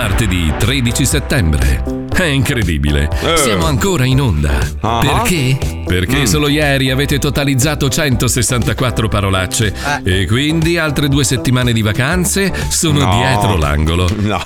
Martedì 13 settembre. È incredibile. Siamo ancora in onda. Perché? Perché solo ieri avete totalizzato 164 parolacce e quindi altre 2 settimane di vacanze sono dietro l'angolo.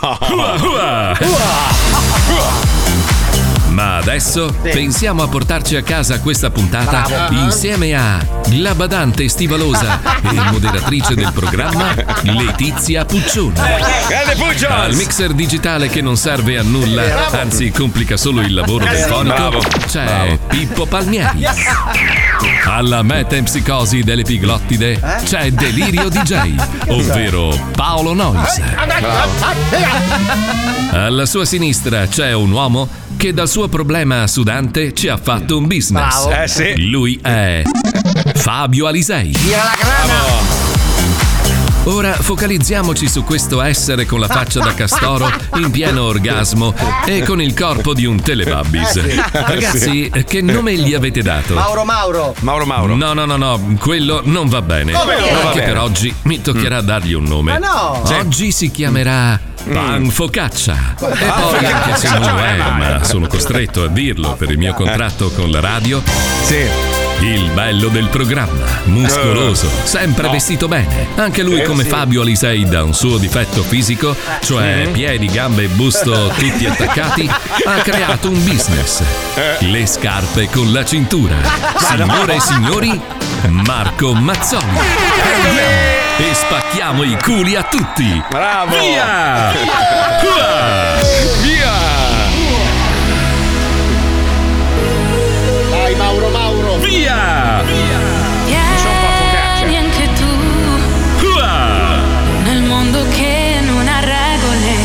Ma adesso pensiamo a portarci a casa questa puntata insieme a la badante stivalosa e moderatrice del programma Letizia Puccioni. Al mixer digitale che non serve a nulla, anzi complica solo il lavoro del fonico, c'è Pippo Palmieri. Alla metempsicosi dell'epiglottide c'è Delirio DJ, ovvero Paolo Noyes. Alla sua sinistra c'è un uomo che dal suo problema sudante ci ha fatto un business. Lui è Fabio Alisei. Ora focalizziamoci su questo essere con la faccia da castoro in pieno orgasmo e con il corpo di un Teletubbies. Ragazzi, che nome gli avete dato? Mauro. No, quello non va bene. Anche per oggi mi toccherà dargli un nome. Oggi si chiamerà Pan Focaccia. E poi, anche se non lo è, ma sono costretto a dirlo per il mio contratto con la radio, il bello del programma, muscoloso, sempre vestito bene. Anche lui, come Fabio Alisei, da un suo difetto fisico, cioè piedi, gambe e busto tutti attaccati, ha creato un business. Le scarpe con la cintura. Signore e signori, Marco Mazzoli. E spacchiamo i culi a tutti. Bravo! Via! Dai Mauro. Via! Vieni anche tu nel mondo che non ha regole.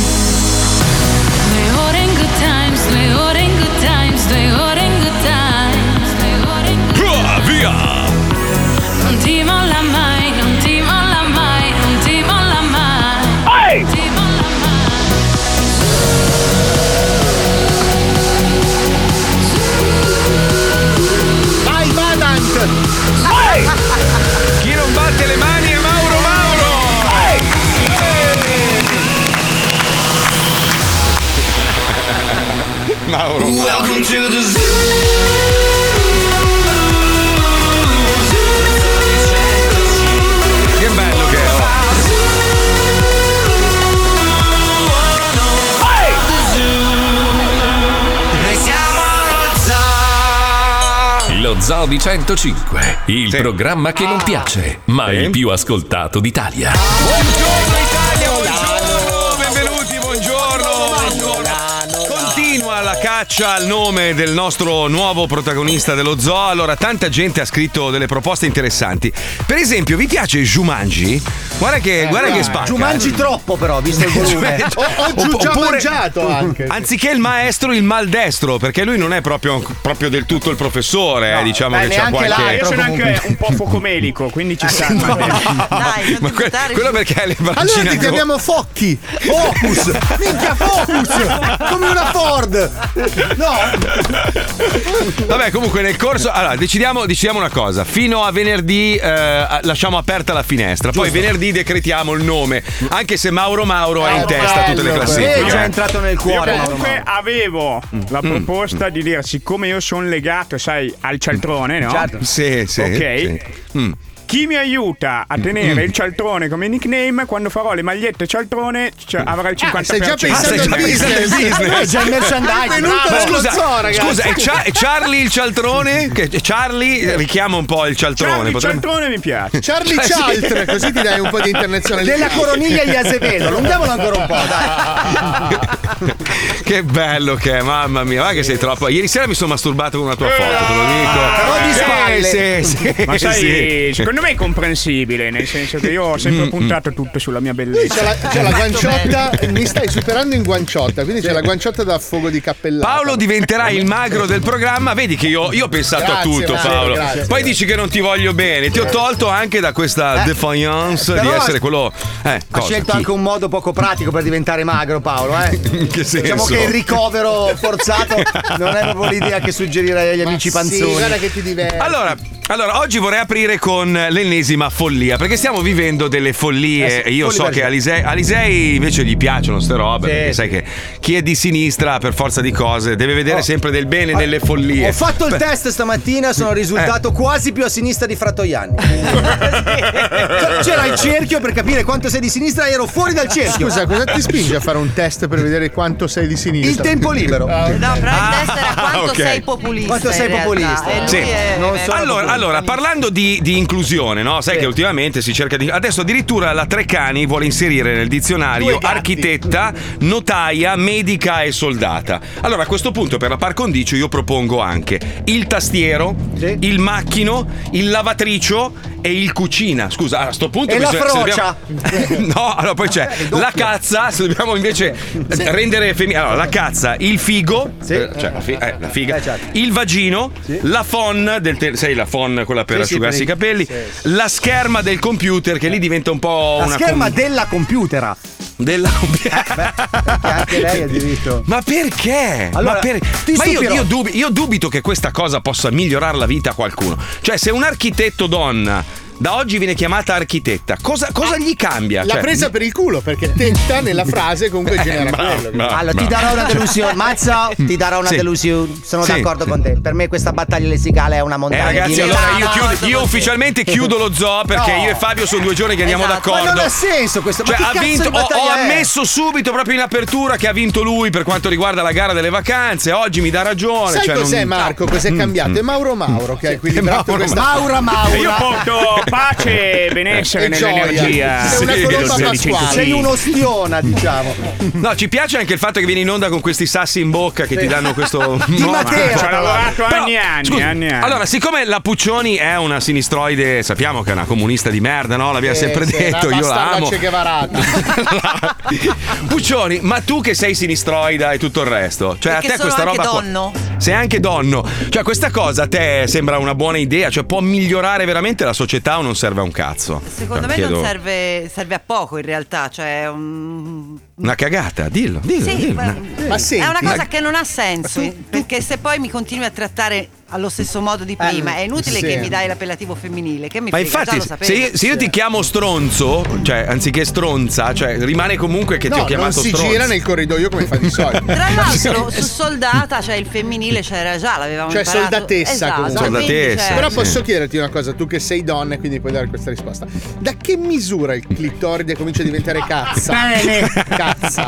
2 ore in good times, 2 ore in good times, 2 ore in good times, 2 ore in good times. Via! Non ti molla mai, non ti molla mai, non ti molla mai. Non ti molla Vai Badant. Chi non batte le mani è Mauro. Welcome to the zoo. Che bello che è. Lo Zoo di 105, il programma che non piace, ma il più ascoltato d'Italia. Buongiorno Italia, buongiorno, benvenuti, buongiorno. Continua la caccia al nome del nostro nuovo protagonista dello zoo. Allora, tanta gente ha scritto delle proposte interessanti. Per esempio, vi piace Jumanji? Guarda che spacca. Jumanji troppo però, visto il volume. Ho già mangiato anche. Anziché il maestro, il maldestro, perché lui non è proprio del tutto il professore, diciamo che c'ha qualche. Io sono anche un po' focomelico, quindi ci sta. Dai, Ma quello perché ha le braccine. Allora ti chiamiamo Focchi. Focus. Minchia Focus. Come una Ford. No. Vabbè, comunque nel corso. Allora, decidiamo una cosa. Fino a venerdì lasciamo aperta la finestra. Poi venerdì decretiamo il nome. Anche se Mauro è in testa a tutte le classifiche. È già entrato nel cuore. Io comunque avevo la proposta di dire, siccome io sono legato, sai, al cialtrone, no? Certo. Sì. Ok. Sì. Chi mi aiuta a tenere il cialtrone come nickname, quando farò le magliette cialtrone avrà il 50%. Stai già pensando al business. Già il merchandising. Scusa, è Charlie il cialtrone? Che Charlie richiama un po' il cialtrone. Il cialtrone mi piace. Charlie Chalt, così ti dai un po' di internazionalità. Della Coroniglia gli Azevedo, allunghiamolo ancora un po', dai. Che bello che è, mamma mia, va che sei troppo. Ieri sera mi sono masturbato con una tua foto, te lo dico. Però di spalle. Sì. Ma sai, secondo me è comprensibile, nel senso che io ho sempre puntato tutto sulla mia bellezza. C'è la guanciotta, mi stai superando in guanciotta, quindi c'è la guanciotta da fuoco di cappellata. Paolo diventerà il magro del programma. Vedi che io ho pensato a tutto, Paolo. Grazie. Poi dici che non ti voglio bene. Ti ho tolto anche da questa defiance di essere quello. Ha scelto anche un modo poco pratico per diventare magro, Paolo. In che senso? Diciamo che il ricovero forzato non è proprio l'idea che suggerirei agli amici panzoni. Guarda che ti diverti. Allora, Allora, oggi vorrei aprire con l'ennesima follia, perché stiamo vivendo delle follie. Io so che Alisei invece gli piacciono ste robe, perché sai che chi è di sinistra per forza di cose deve vedere sempre del bene nelle follie. Ho fatto il test stamattina, sono risultato quasi più a sinistra di Frattoianni. C'era il cerchio per capire quanto sei di sinistra e ero fuori dal cerchio. Scusa, cosa ti spinge a fare un test per vedere quanto sei di sinistra? Il tempo libero. No, però il test era quanto sei populista. Quanto sei populista. Allora, parlando di inclusione, no? Sai che ultimamente si cerca di. Adesso addirittura la Treccani vuole inserire nel dizionario architetta, notaia, medica e soldata. Allora, a questo punto, per la par condicio, io propongo anche il tastiero, il macchino, il lavatricio e il cucina. Scusa, a sto punto e la frocia. No, allora poi c'è la cazza. Se dobbiamo invece rendere femminile, allora la cazza, il figo, cioè la figa, il vagino, la phon sai la phon, quella per asciugarsi i capelli, la scherma del computer, che lì diventa un po' la scherma della computera. Anche lei ha diritto. Ma perché? Allora, ma io dubito che questa cosa possa migliorare la vita a qualcuno. Cioè, se un architetto donna da oggi viene chiamata architetta, cosa gli cambia? L'ha presa per il culo, perché tetta nella frase comunque genera quello. Allora, ti darò una delusione. Mazza, ti darò una delusione. Sono d'accordo con te. Per me questa battaglia lessicale è una montagna. Ragazzi, allora io ufficialmente chiudo lo zoo, perché io e Fabio sono 2 giorni che andiamo d'accordo. Ma non ha senso questo. Cioè, ha vinto, ho ammesso subito, proprio in apertura, che ha vinto lui per quanto riguarda la gara delle vacanze. Oggi mi dà ragione. Sai cos'è, Marco? Cos'è cambiato? È Mauro che ha equilibrato questa. Maura. Io porto pace e benessere nell'energia. Sei una colomba pasquale. Sei un ostiona, diciamo. No, ci piace anche il fatto che vieni in onda con questi sassi in bocca che ti danno questo. Di Matera. Ci ho lavorato anni. Allora, siccome la Puccioni è una sinistroide, sappiamo che è una comunista di merda, no? L'abbiamo sempre detto, io la amo. Puccioni, ma tu che sei sinistroida e tutto il resto, cioè perché a te questa roba donno? Sei anche donno. Cioè, questa cosa a te sembra una buona idea? Cioè, può migliorare veramente la società o non serve a un cazzo? Secondo me non serve a poco in realtà, cioè una cagata, dillo. Sì, ma senti, è una cosa che non ha senso, perché se poi mi continui a trattare allo stesso modo di prima, è inutile che mi dai l'appellativo femminile, che mi ma frega, infatti già lo sapevo. se io ti chiamo stronzo, cioè anziché stronza, cioè rimane comunque che ti ho chiamato stronzo. Non si gira nel corridoio come fa di solito. Tra l'altro su soldata, cioè il femminile c'era già, l'avevamo imparato. Soldatessa, esatto, soldatessa. Però posso chiederti una cosa, tu che sei donna e quindi puoi dare questa risposta. Da che misura il clitoride comincia a diventare cazza? Cazza.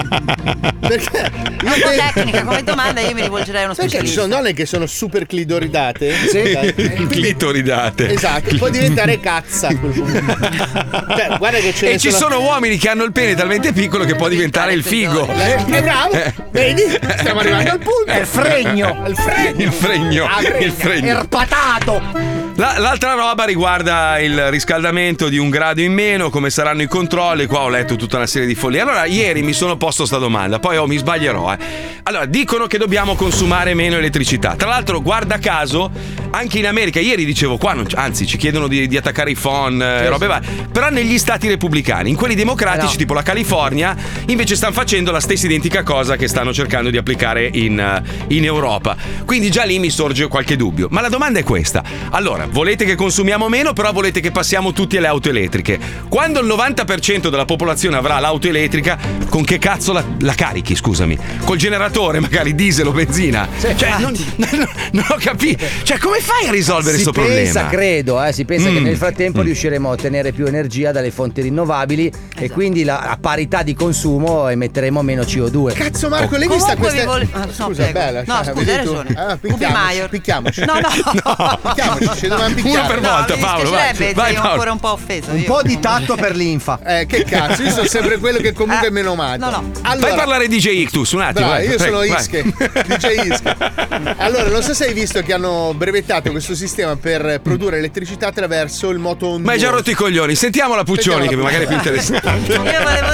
Perché un po' tecnica come domanda, io mi rivolgerei a uno specialista. Perché ci sono donne che sono super clitoridate? Clitoridate. Esatto, può diventare cazza a quel punto. Cioè, guarda che e ci sono uomini che hanno il pene talmente piccolo che può diventare il figo. Bravo, vedi? Stiamo arrivando al punto. È il fregno. Il fregno. Erpatato. L'altra roba riguarda il riscaldamento di 1 grado in meno, come saranno i controlli. Qua ho letto tutta una serie di follie. Allora, ieri mi sono posto sta domanda, poi mi sbaglierò. Allora, dicono che dobbiamo consumare meno elettricità. Tra l'altro, guarda caso, anche in America, ieri dicevo qua, anzi, ci chiedono di attaccare i phone, robe varie. Però negli stati repubblicani, in quelli democratici, tipo la California, invece stanno facendo la stessa identica cosa che stanno cercando di applicare in Europa. Quindi già lì mi sorge qualche dubbio. Ma la domanda è questa. Allora, volete che consumiamo meno, però volete che passiamo tutti alle auto elettriche. Quando il 90% della popolazione avrà l'auto elettrica, con che cazzo la carichi, scusami? Col generatore, magari diesel o benzina? Cioè, non ho capito. Cioè, come fai a risolvere questo problema? Si pensa che nel frattempo riusciremo a ottenere più energia dalle fonti rinnovabili e quindi a parità di consumo emetteremo meno CO2. Cazzo, Marco, l'hai vista questa? Scusa, bella. No, scusa, hai ragione. Picchiamoci. No. Picchiamoci, ci dobbiamo picchiare. Uno per volta, Paolo. Vai, sei Paolo. ancora un po' offeso. Un po' di tatto per l'infa. Che cazzo, io sono sempre quello che comunque è meno male. No. Allora, fai parlare DJ Ictus un attimo. Io sono Ische, DJ Ische. Allora, non so se hai visto che hanno brevettato questo sistema per produrre elettricità attraverso il moto ondulante. Ma hai già rotto i coglioni. Sentiamo la Puccioni, che magari è più interessante. Io volevo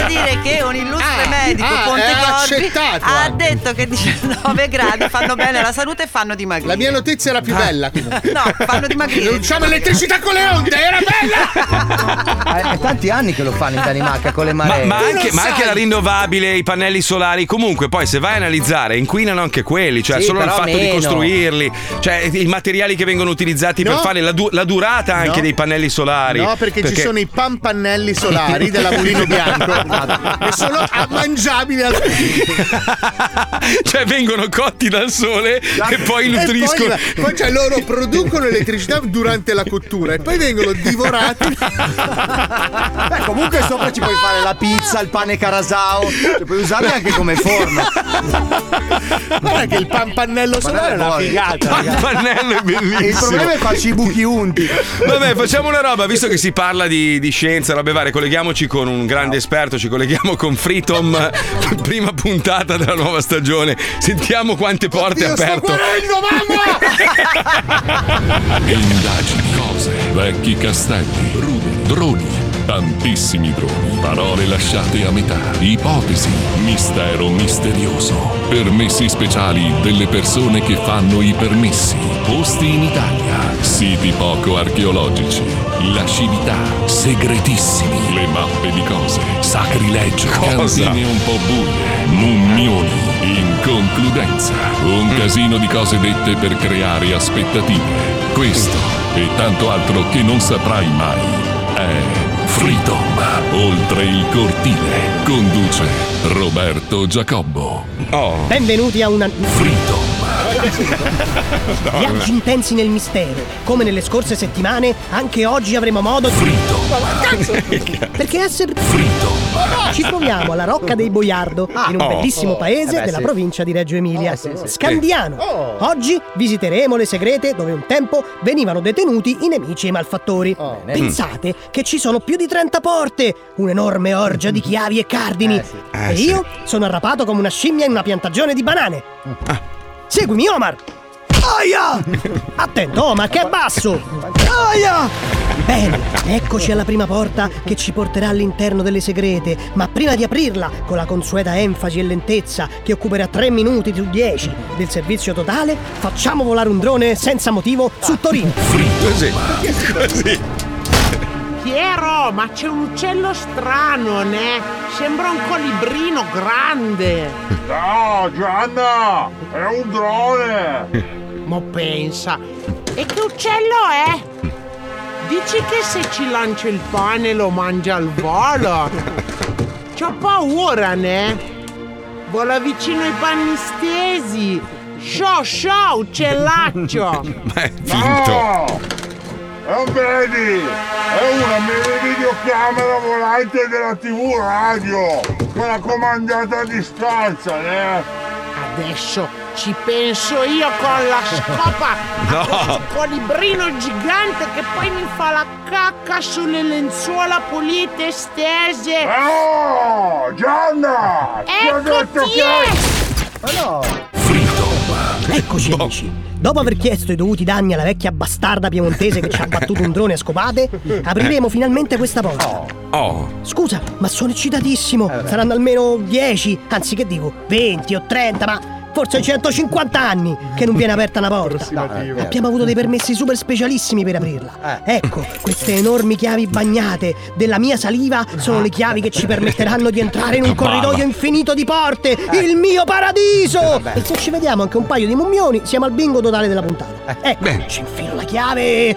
dire che un illustre medico Pontecorvi ha detto che 19 gradi fanno bene alla salute e fanno dimagrire. La mia notizia era più bella. No, fanno dimagrire. Non usciamo elettricità con le onde, era bella! È tanti anni che lo fanno in Danimarca con le maree. Ma anche la rinnovabile, i pannelli solari, comunque poi se vai a analizzare inquinano anche quelli, cioè Sì, solo il però fatto di meno. costruirli, cioè i materiali che vengono utilizzati per fare la durata anche dei pannelli solari. No, perché ci sono i pannelli solari della Mulino Bianco e sono mangiabili cioè vengono cotti dal sole e poi nutriscono. Poi cioè loro producono elettricità durante la cottura e poi vengono divorati. Beh, comunque sopra ci puoi fare la pizza, il pane carasau, cioè, puoi usarli anche come forno. Guarda che il pannello solare è una figata. Il pannello è bellissimo. Il problema è farci i buchi unti. Vabbè, facciamo una roba, visto che si parla di scienza, robe varie, colleghiamoci con un grande esperto, ci colleghiamo con Freetom, prima puntata della nuova stagione. Sentiamo quante porte ha aperto. Indagini, cose, vecchi castelli, ruderi, droni, tantissimi droni, parole lasciate a metà, ipotesi, mistero misterioso, permessi speciali delle persone che fanno i permessi, posti in Italia, siti poco archeologici, lascività, segretissimi, le mappe di cose, sacrilegio, cantine un po' buie, mummioni, inconcludenza, un casino di cose dette per creare aspettative. Questo e tanto altro che non saprai mai è Freedom, oltre il cortile, conduce Roberto Giacobbo. Benvenuti a una Freedom. Viaggi intensi nel mistero. Come nelle scorse settimane, anche oggi avremo modo di... Perché essere ci troviamo alla Rocca dei Boiardo, in un bellissimo paese della provincia di Reggio Emilia, Scandiano. Oggi visiteremo le segrete dove un tempo venivano detenuti i nemici e i malfattori. Pensate che ci sono più di 30 porte, un'enorme orgia di chiavi e cardini. E io sono arrapato come una scimmia in una piantagione di banane. Seguimi, Omar! Aia! Attento, Omar, che è basso! Aia! Bene, eccoci alla prima porta che ci porterà all'interno delle segrete. Ma prima di aprirla, con la consueta enfasi e lentezza che occuperà 3 minuti su 10 del servizio totale, facciamo volare un drone senza motivo su Torino. Così. Piero, ma c'è un uccello strano, né? Sembra un colibrino grande. No, Gianna, è un drone. Ma pensa, e che uccello è? Dici che se ci lancia il pane lo mangia al volo? C'ho paura, né? Vola vicino ai panni stesi. Show, uccellaccio. Ma è finto. No! Non vedi? È una mini videocamera volante della TV radio, quella comandata a distanza, né? Adesso ci penso io con la scopa a questo colibrino gigante che poi mi fa la cacca sulle lenzuola pulite e stese. Oh, Gianna! Ti ho detto Ecco chi è! Ma no! Eccoci amici. Dopo aver chiesto i dovuti danni alla vecchia bastarda piemontese che ci ha battuto un drone a scopate, apriremo finalmente questa porta. Scusa, ma sono eccitatissimo. Saranno almeno 10, anzi che dico, 20 o 30, ma forse 150 anni che non viene aperta una porta. Abbiamo avuto dei permessi super specialissimi per aprirla. Ecco, queste enormi chiavi bagnate della mia saliva sono le chiavi che ci permetteranno di entrare in un corridoio infinito di porte, il mio paradiso! E se ci vediamo anche un paio di mummioni, siamo al bingo totale della puntata. Ecco, ci infilo la chiave.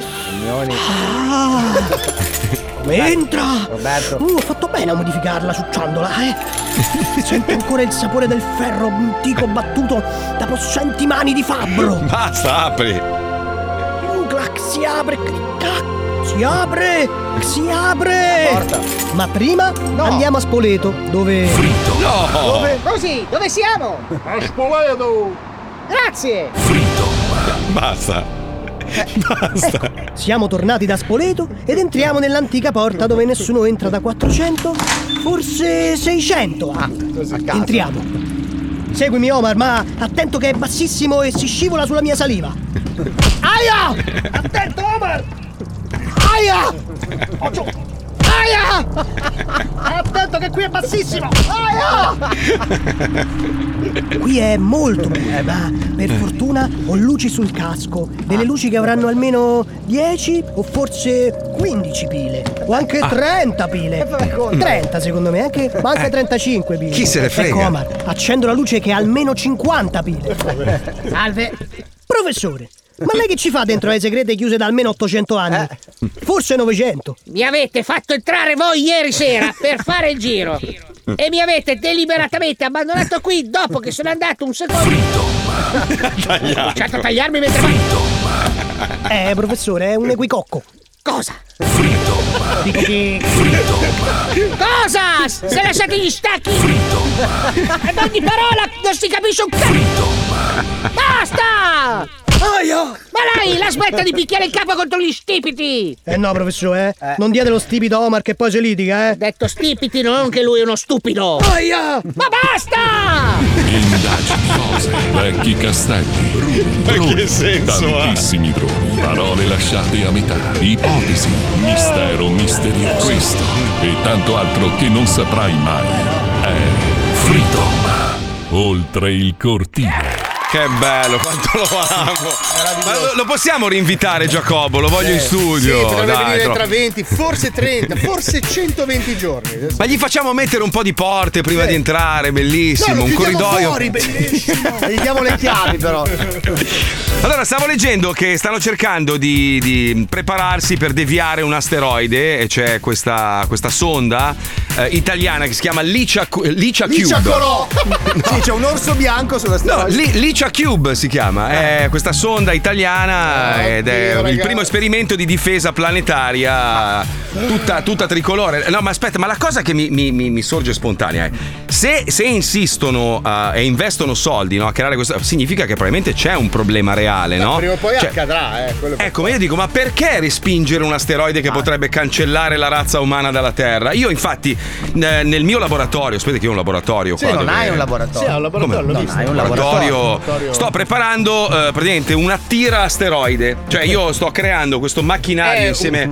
Come entra? Roberto. Ho fatto bene a modificarla succiandola, Sento ancora il sapore del ferro antico battuto da possenti mani di fabbro. Basta, apri. Clac, si apre, clac, si apre. Porta. Ma prima andiamo a Spoleto, dove... No! Così, dove siamo? A Spoleto! Grazie! Basta. Basta. Siamo tornati da Spoleto ed entriamo nell'antica porta dove nessuno entra da 400, forse 600 anni. Entriamo. Seguimi, Omar, ma attento che è bassissimo e si scivola sulla mia saliva. Aia! Attento, Omar! Aia! Aia! Attento che qui è bassissimo! Aia! Qui è molto buio, ma per fortuna ho luci sul casco. Delle luci che avranno almeno 10 o forse 15 pile. O anche 30 pile. 30 secondo me, ma anche 35 pile. Chi se ne frega? Ecco Omar, accendo la luce che ha almeno 50 pile. Salve. Professore, ma lei che ci fa dentro le segrete chiuse da almeno 800 anni? Forse 900. Mi avete fatto entrare voi ieri sera per fare il giro. E mi avete deliberatamente abbandonato qui dopo che sono andato un secondo. Certo, tagliarmi mentre professore, è un equicocco. Cosa? Dico che... Cosa? Se lasciate gli stacchi? Ad ogni parola non si capisce un cazzo! Basta! Aia! Ma lei la smetta di picchiare il capo contro gli stipiti! No, professore, non diate lo stipito a Omar che poi si litiga, Detto stipiti, non che lui è uno stupido! Aia! Ma basta! Indagini, cose, vecchi castelli, droni, che senso ha? tantissimi droni, parole lasciate a metà, ipotesi, mistero misterioso. Questo e tanto altro che non saprai mai è Freedom, oltre il cortile. Che bello, quanto lo amo. Ma lo possiamo rinvitare Giacobbo? Lo voglio in studio. Sì, potrebbe Dai, venire tra 20, forse 30, forse 120 giorni. Ma gli facciamo mettere un po' di porte prima di entrare, bellissimo, No, un corridoio. fuori, bellissimo. Gli diamo le chiavi però. Allora, stavo leggendo che stanno cercando di prepararsi per deviare un asteroide e c'è questa sonda italiana che si chiama Licia Cube. Colò! Sì, c'è un orso bianco sull'asteroide. No, Licia Cube si chiama, è questa sonda italiana ed è il primo esperimento di difesa planetaria tutta tricolore. No, ma aspetta, ma la cosa che mi sorge spontanea è se insistono e investono soldi, no, a creare questo, significa che probabilmente c'è un problema reale, no? Prima o poi accadrà, Ecco, ma io dico, ma perché respingere un asteroide che potrebbe cancellare la razza umana dalla Terra? Io infatti nel mio laboratorio, aspetta che io ho un laboratorio qua. Non hai un laboratorio. Sì, ha un laboratorio, l'ho visto. Hai un laboratorio. Sto preparando praticamente una tira asteroide. Cioè io sto creando questo macchinario insieme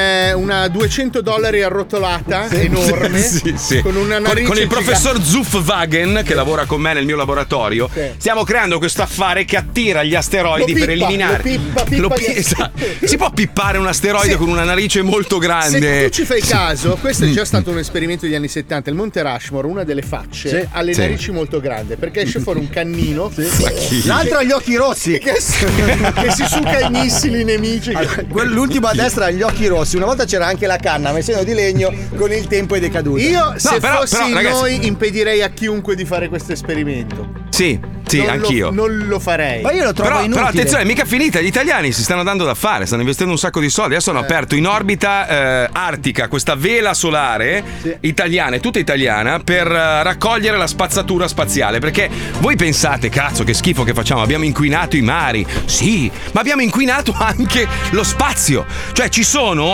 una $200 arrotolata enorme. Sì. Con una narice con il professor gigante. Zuffwagen che lavora con me nel mio laboratorio. Sì. Stiamo creando questo affare che attira gli asteroidi per eliminare. Esatto. Si può pippare un asteroide con una narice molto grande. Se tu ci fai caso, questo è già stato un esperimento degli anni 70. Il Monte Rushmore, una delle facce, ha le narici molto grandi perché esce fuori un cannino. L'altro ha gli occhi rossi. Che si succa i missili nemici. L'ultimo a destra ha gli occhi rossi. Una volta c'era anche la canna, messeno di legno, con il tempo è decaduto. Io, se fossi ragazzi, noi, impedirei a chiunque di fare questo esperimento. Sì, anch'io. Non lo farei. Ma io lo trovo inutile. Però attenzione, mica finita. Gli italiani si stanno dando da fare, stanno investendo un sacco di soldi. Adesso hanno aperto in orbita artica questa vela solare italiana, è tutta italiana, per raccogliere la spazzatura spaziale. Perché voi pensate, cazzo, che schifo che facciamo? Abbiamo inquinato i mari. Sì, ma abbiamo inquinato anche lo spazio. Cioè ci sono,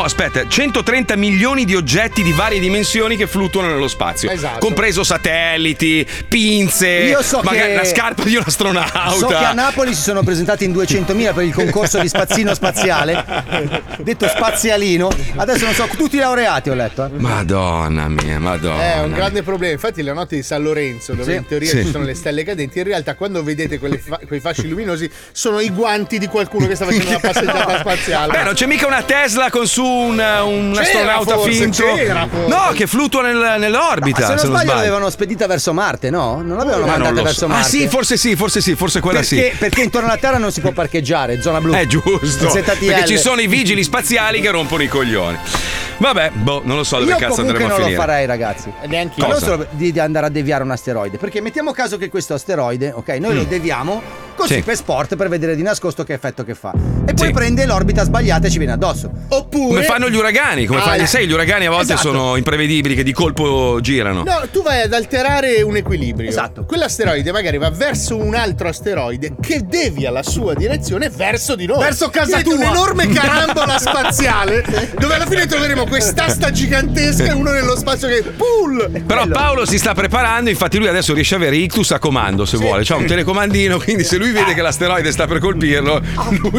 130 milioni di oggetti di varie dimensioni che fluttuano nello spazio. Esatto. Compreso satelliti, pinze, Io so magari che la scarpa di un astronauta. So che a Napoli si sono presentati in 200.000 per il concorso di spazzino spaziale, detto spazialino. Adesso non so, tutti laureati ho letto. Madonna mia, madonna. È un grande problema. Infatti le notti di San Lorenzo, dove in teoria ci sono le stelle cadenti, in realtà quando vedete quei fasci luminosi sono i guanti di qualcuno che sta facendo una passeggiata spaziale. Beh, non c'è mica una Tesla con su un astronauta finto. No, che fluttua nell'orbita. Ma se non sbaglio l'avevano spedita verso Marte, no? Non l'avevano mandata verso Marte. Ah sì, forse quella perché intorno alla Terra non si può parcheggiare, zona blu. È giusto. Perché ci sono i vigili spaziali che rompono i coglioni. Vabbè, non lo so dove cazzo andremo a finire. Io non lo farei, ragazzi. Neanche io. Non solo di andare a deviare un asteroide, perché mettiamo caso che questo asteroide, ok, noi lo deviamo così per sport, per vedere di nascosto che effetto che fa. E poi prende l'orbita sbagliata e ci viene addosso. Oppure come fanno gli uragani, sai, gli uragani a volte sono imprevedibili, che di colpo girano. No, tu vai ad alterare un equilibrio. Esatto. Quell'asteroide magari va verso un altro asteroide che devia la sua direzione verso di noi. Verso casa tua. Un'enorme carambola spaziale dove alla fine troveremo quest'asta gigantesca e uno nello spazio che pull. Però Paolo si sta preparando, infatti lui adesso riesce a avere ictus a comando se vuole. C'ha un telecomandino, quindi se lui vede che l'asteroide sta per colpirlo, lui.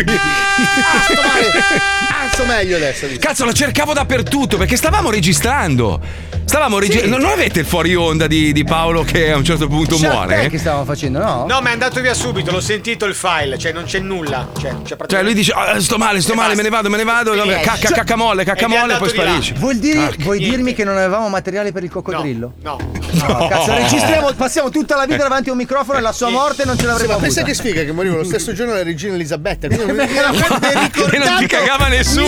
Meglio adesso. Cazzo, lo cercavo dappertutto perché stavamo registrando. Non avete il fuori onda di Paolo che a un certo punto muore? Che stavamo facendo, no? No, ma è andato via subito, l'ho sentito il file, cioè non c'è nulla. Cioè lui dice sto male, me ne vado. Cacamolle, poi sparisce. Vuoi dirmi che non avevamo materiale per il coccodrillo? No. Cazzo, registriamo, passiamo tutta la vita davanti a un microfono e la sua morte non ce l'avremo avuta. Pensa che sfiga che morivo lo stesso giorno la regina Elisabetta. Quindi e non ti cagava nessuno.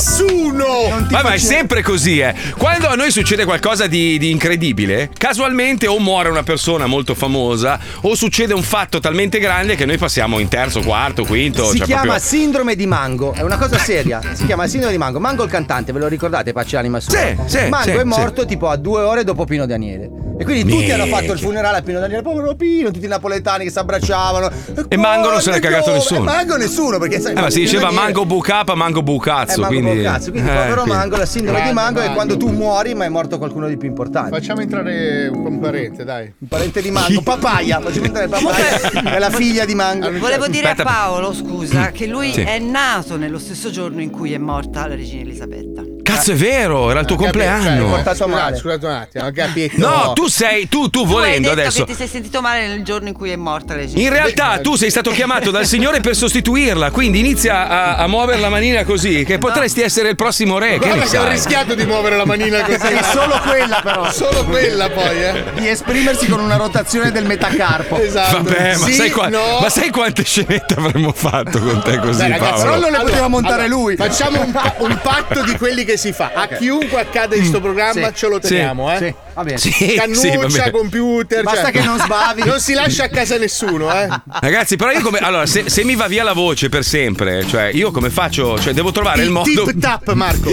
Ma è sempre così, Quando a noi succede qualcosa di incredibile, casualmente o muore una persona molto famosa o succede un fatto talmente grande che noi passiamo in terzo, quarto, quinto. Si chiama sindrome di Mango, è una cosa seria. Si chiama sindrome di Mango. Mango il cantante, ve lo ricordate? Pace anima sua. Mango è morto tipo a 2 ore dopo Pino Daniele. E quindi tutti hanno fatto il funerale a Pino Daniele, povero Pino, tutti i napoletani che si abbracciavano. E Mango non se l'è cagato nessuno. Mango nessuno, perché sai. Ma si diceva Mango bucapa, Mango bucazzo. Quindi povero Mango, la sindrome di Mango è quando tu muori ma è morto qualcuno di più importante. Facciamo entrare un parente, dai. Un parente di Mango, Papaya. Facciamo entrare Papaya, è la figlia di Mango. Volevo dire a Paolo, scusa, che lui è nato nello stesso giorno in cui è morta la regina Elisabetta. Cazzo, è vero, era il tuo compleanno. Scusate un attimo, ho capito. No, tu volendo adesso. Che ti sei sentito male nel giorno in cui è morta la regina. In realtà tu sei stato chiamato dal Signore per sostituirla, quindi inizia a muovere la manina così, che potresti essere il prossimo re. Guarda che ho rischiato di muovere la manina così. Solo quella però. Solo quella poi, Di esprimersi con una rotazione del metacarpo. Esatto. Vabbè, ma sai quante scenette avremmo fatto con te così, Paolo? Però non le poteva montare lui. Facciamo un patto di quelli che si fa. A chiunque accade in sto programma ce lo teniamo, Sì. Va bene. Cannuccia, computer. Basta che non sbavi. Non si lascia a casa nessuno, Ragazzi, però io come. Allora, se mi va via la voce per sempre, cioè io come faccio? Cioè, devo trovare il modo. Tip tap, Marco.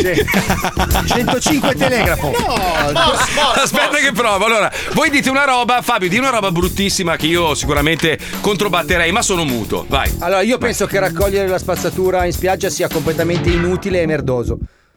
105 telegrafo. Aspetta che provo. Allora, voi dite una roba, Fabio, di una roba bruttissima che io sicuramente controbatterei, ma sono muto. Vai. Allora, io penso che raccogliere la spazzatura in spiaggia sia completamente inutile e merdoso.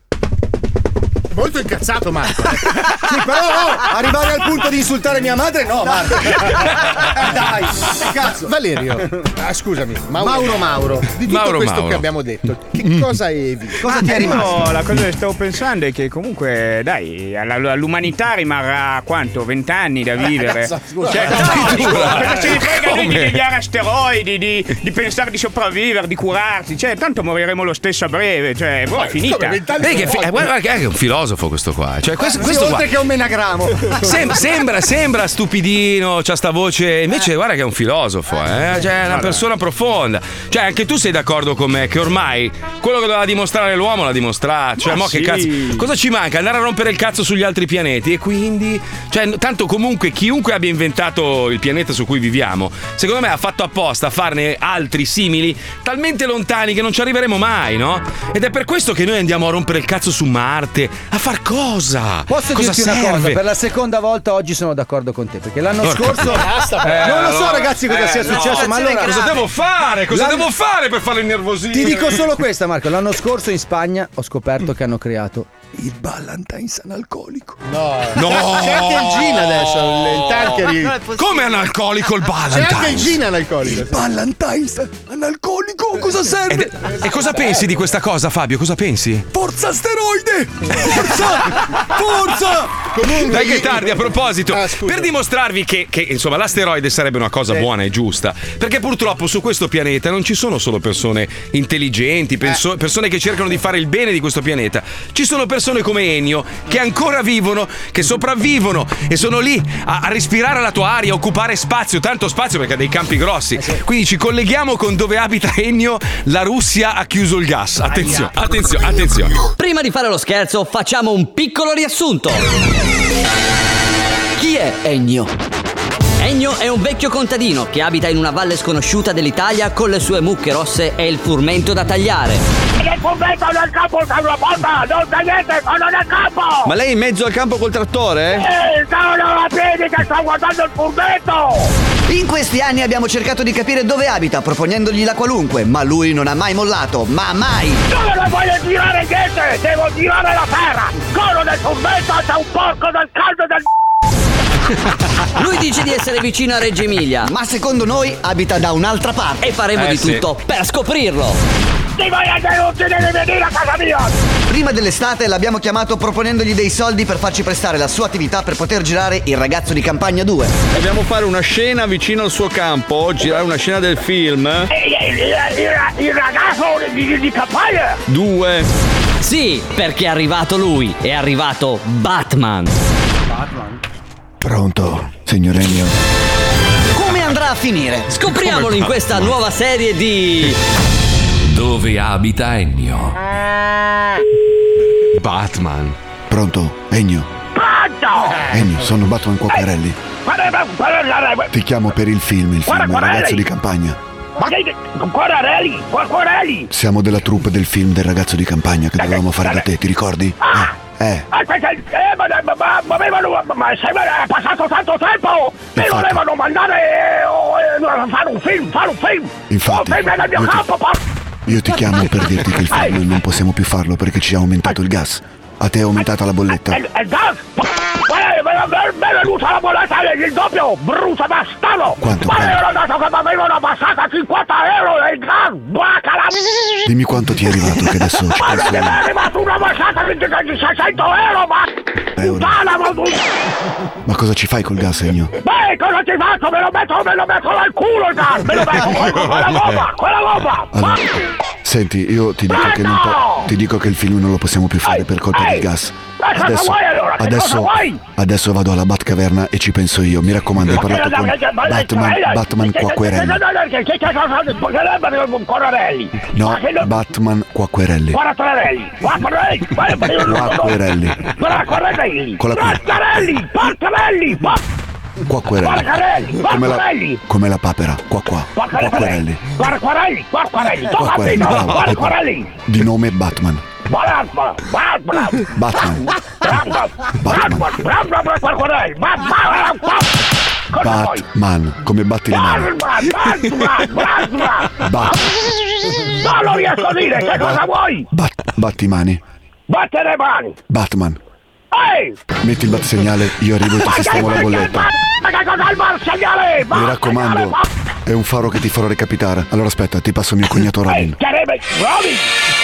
Molto incazzato, Marco. Sì, però arrivare al punto di insultare mia madre, no, Marco. Dai, cazzo. Valerio, scusami, Mauro. Di tutto questo che abbiamo detto, che cosa evi? Cosa ti è rimasto? No, la cosa che stavo pensando è che comunque, dai, all'umanità rimarrà quanto? 20 anni da vivere. Cosa ce ne frega noi di tagliare asteroidi, di pensare di sopravvivere, di curarsi? Cioè, tanto moriremo lo stesso a breve, cioè, è finita. Guarda che è un filosofo questo qua. Cioè, questo oltre qua. che un menagramo. Sembra stupidino, c'ha sta voce. Invece, guarda che è un filosofo, Cioè, è una persona profonda. Cioè, anche tu sei d'accordo con me che ormai quello che doveva dimostrare l'uomo l'ha dimostrato. Cioè, mo che cazzo. Cosa ci manca? Andare a rompere il cazzo sugli altri pianeti. E quindi. Cioè, tanto comunque chiunque abbia inventato il pianeta su cui viviamo, secondo me ha fatto apposta a farne altri simili, talmente lontani che non ci arriveremo mai, no? Ed è per questo che noi andiamo a rompere il cazzo su Marte. A far cosa? Posso cosa dirti serve? una cosa? Per la seconda volta oggi sono d'accordo con te, perché l'anno scorso non lo so ragazzi cosa sia successo, ma allora cosa devo fare? Devo fare per farlo innervosire? Ti dico solo questa, Marco. L'anno scorso in Spagna ho scoperto che hanno creato il Ballantines analcolico. No. C'è anche il gin adesso, il tanker. Come analcolico il Ballantines? C'è anche il gin analcolico. Il Ballantines analcolico, cosa serve? E cosa pensi di questa cosa, Fabio? Cosa pensi? Forza asteroide! Forza! Comunque, dai che tardi, a proposito, per dimostrarvi che insomma l'asteroide sarebbe una cosa buona e giusta, perché purtroppo su questo pianeta non ci sono solo persone intelligenti, persone che cercano di fare il bene di questo pianeta. Ci sono persone come Ennio che ancora vivono, che sopravvivono e sono lì a respirare la tua aria, a occupare spazio, tanto spazio perché ha dei campi grossi. Quindi ci colleghiamo con dove abita Ennio. La Russia ha chiuso il gas. Attenzione. Prima di fare lo scherzo, facciamo un piccolo riassunto. Chi è Ennio? Ennio è un vecchio contadino che abita in una valle sconosciuta dell'Italia con le sue mucche rosse e il frumento da tagliare. Il frumento nel campo sta una volta! Non c'è niente, sono nel campo! Ma lei è in mezzo al campo col trattore? Sono a piedi che sto guardando il frumento! In questi anni abbiamo cercato di capire dove abita, proponendogli la qualunque, ma lui non ha mai mollato, ma mai! Non voglio girare niente, devo girare la terra! Corro nel frumento, c'è un porco del caldo del Lui dice di essere vicino a Reggio Emilia, ma secondo noi abita da un'altra parte. E faremo di tutto per scoprirlo. Ti voglio che non ti devi venire a casa mia! Prima dell'estate l'abbiamo chiamato proponendogli dei soldi per farci prestare la sua attività per poter girare Il ragazzo di campagna 2. Dobbiamo fare una scena vicino al suo campo, girare una scena del film. Il ragazzo di campagna? 2. Sì, perché è arrivato lui, è arrivato Batman. Pronto, signor Ennio? Come andrà a finire? Scopriamolo in questa nuova serie di... Dove abita Ennio? Batman. Pronto, Ennio? Pronto! Ennio, sono Batman Quacquarelli. Ti chiamo per il film, Il ragazzo di campagna. Ma che... Quacquarelli! Siamo della troupe del film del ragazzo di campagna che dovevamo fare da te, ti ricordi? Aspetta, ma è passato tanto tempo! Mi volevano mandare a fare un film! Infatti, un film nel mio campo! io ti chiamo per dirti che il film non possiamo più farlo perché ci ha aumentato il gas. A te è aumentata la bolletta. Il gas? Mi è venuta la bolletta il doppio! Brutto bastardo! Quanto? Ma io ho dato che mi avevano abbassata a 50 euro il gas! Bacala! Dimmi quanto ti è arrivato che adesso ci Ma penso mi è io. arrivata una bassata di 600 euro! Ma... puttana! Ma cosa ci fai col gas, Ennio? Beh, cosa ti faccio? Me lo metto nel culo il gas! Me lo metto quella gomma! Allora, senti, io ti dico che non ti dico che il film non lo possiamo più fare per colpa del gas. Adesso vado alla Batcaverna e ci penso io. Mi raccomando, hai parlato con Batman Quacquarelli. No, Batman Quacquarelli. Quacquarelli. Con la Quacquarelli. Come la papera. Quacquarelli. Di nome Batman. Batman, come batti le mani. Non lo riesco a dire, che cosa vuoi? Batti mani. Battere le mani. Batman. Ehi! Metti il batsegnale, io arrivo e ti sistemo la bolletta. Ma che cosa è il batsegnale? Mi raccomando, è un faro che ti farò recapitare. Allora aspetta, ti passo mio cognato Robin. Robin!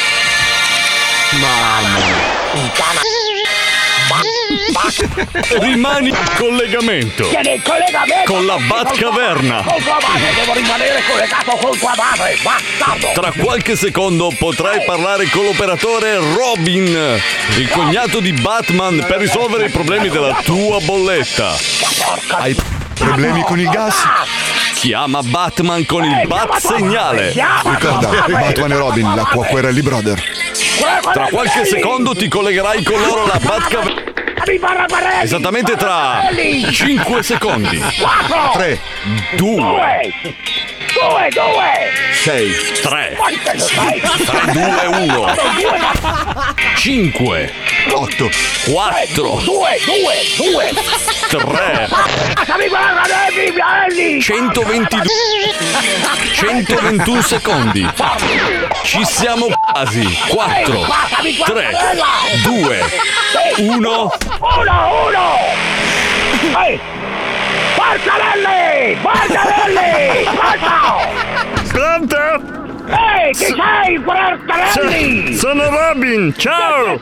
Rimani in collegamento con la Batcaverna. Devo rimanere collegato con tua madre, bastardo! Tra qualche secondo potrai parlare con l'operatore Robin, il cognato di Batman, per risolvere i problemi della tua bolletta. Hai problemi con il gas? Chiama Batman con il batsegnale. Ricorda, Batman e Robin, la Quacquarelli Brother. Tra qualche secondo ti collegherai con loro alla Batcaverna. Esattamente tra 5 secondi. 3, 2, 6, 3, 2, 1, 5, 8, 4, 3, 121 secondi. Ci siamo quasi. 4, 3, 2, 1. Ehi! Barcarelli! Pronto? Ehi, chi sei, Barcarelli? Sono Robin, ciao!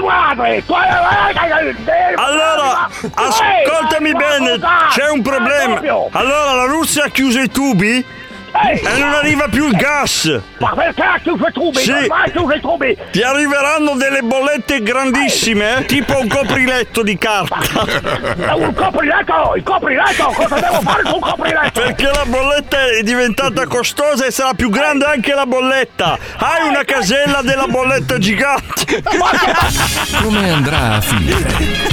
Allora, ascoltami bene, c'è un problema. Allora, la Russia ha chiuso i tubi e non arriva più il gas. Ma perché ha chiuso i tubi? Sì. Non mai chiuso i tubi? Ti arriveranno delle bollette grandissime, tipo un copriletto di carta. Un copriletto? Il copriletto? Cosa devo fare su un copriletto? Perché la bolletta è diventata costosa e sarà più grande anche la bolletta. Hai una casella della bolletta gigante. Come andrà a finire?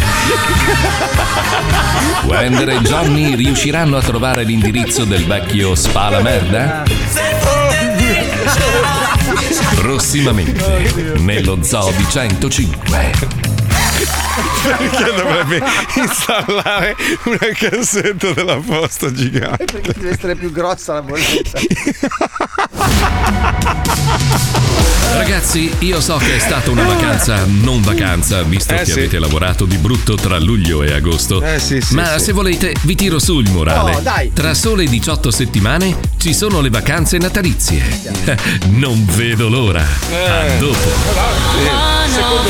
Wender e Johnny riusciranno a trovare l'indirizzo del vecchio Spala Merda? Prossimamente nello Zoo di 105. Perché dovrebbe installare una cassetta della posta gigante? Perché deve essere più grossa la bolletta. Ragazzi, io so che è stata una non vacanza, visto che avete lavorato di brutto tra luglio e agosto. Ma se volete, vi tiro su il morale. Dai. Tra sole 18 settimane ci sono le vacanze natalizie. Non vedo l'ora. A dopo. Secondo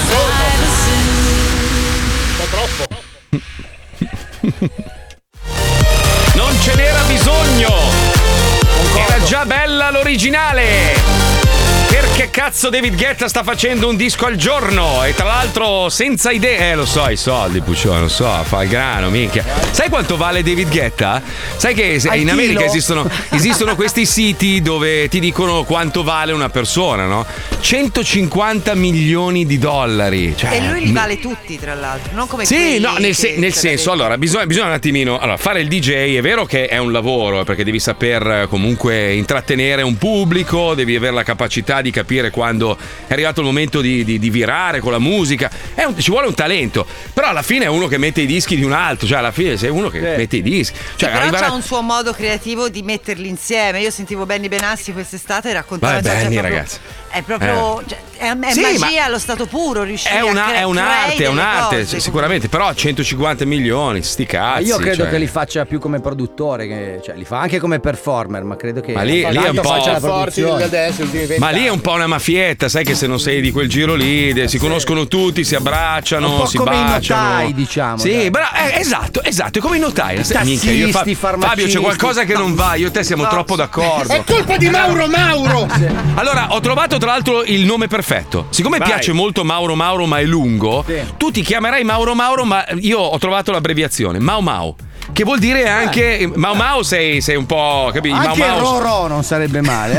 turno. Un po' troppo. Non ce n'era bisogno. Era già bella l'originale. Perché cazzo David Guetta sta facendo un disco al giorno? E tra l'altro senza idee. Lo so, i soldi, Puccione, lo so, fa il grano, minchia. Sai quanto vale David Guetta? Sai che in America esistono questi siti dove ti dicono quanto vale una persona, no? 150 milioni di dollari. Cioè, e lui li vale tutti, tra l'altro, non come sì, quelli no, nel senso, allora, bisogna un attimino. Allora, fare il DJ è vero che è un lavoro, perché devi saper comunque intrattenere un pubblico, devi avere la capacità di capire quando è arrivato il momento di virare con la musica. Ci vuole un talento, però alla fine è uno che mette i dischi di un altro, cioè alla fine sei uno che mette i dischi. Cioè, però c'ha un suo modo creativo di metterli insieme. Io sentivo Benny Benassi quest'estate e raccontava Benny, ragazzi. È proprio è magia allo stato puro, riuscire è un'arte, sicuramente, però 150 milioni, sti cazzi. Io credo che li faccia più come produttore, cioè li fa anche come performer, ma credo che lì è un po' la produzione. Ma lì è un po' una mafietta, sai che se non sei di quel giro lì, si conoscono tutti, si abbracciano, un po' si come baciano. I notai, diciamo. Sì, esatto, è come i notai. Fabio, c'è qualcosa che non va, io e te siamo troppo d'accordo. È colpa di Mauro. Allora, ho trovato tra l'altro il nome perfetto. Siccome piace molto Mauro, ma è lungo, tu ti chiamerai Mauro, ma io ho trovato l'abbreviazione Mau. Che vuol dire anche Mau sei un po', capito? Anche Roro non sarebbe male,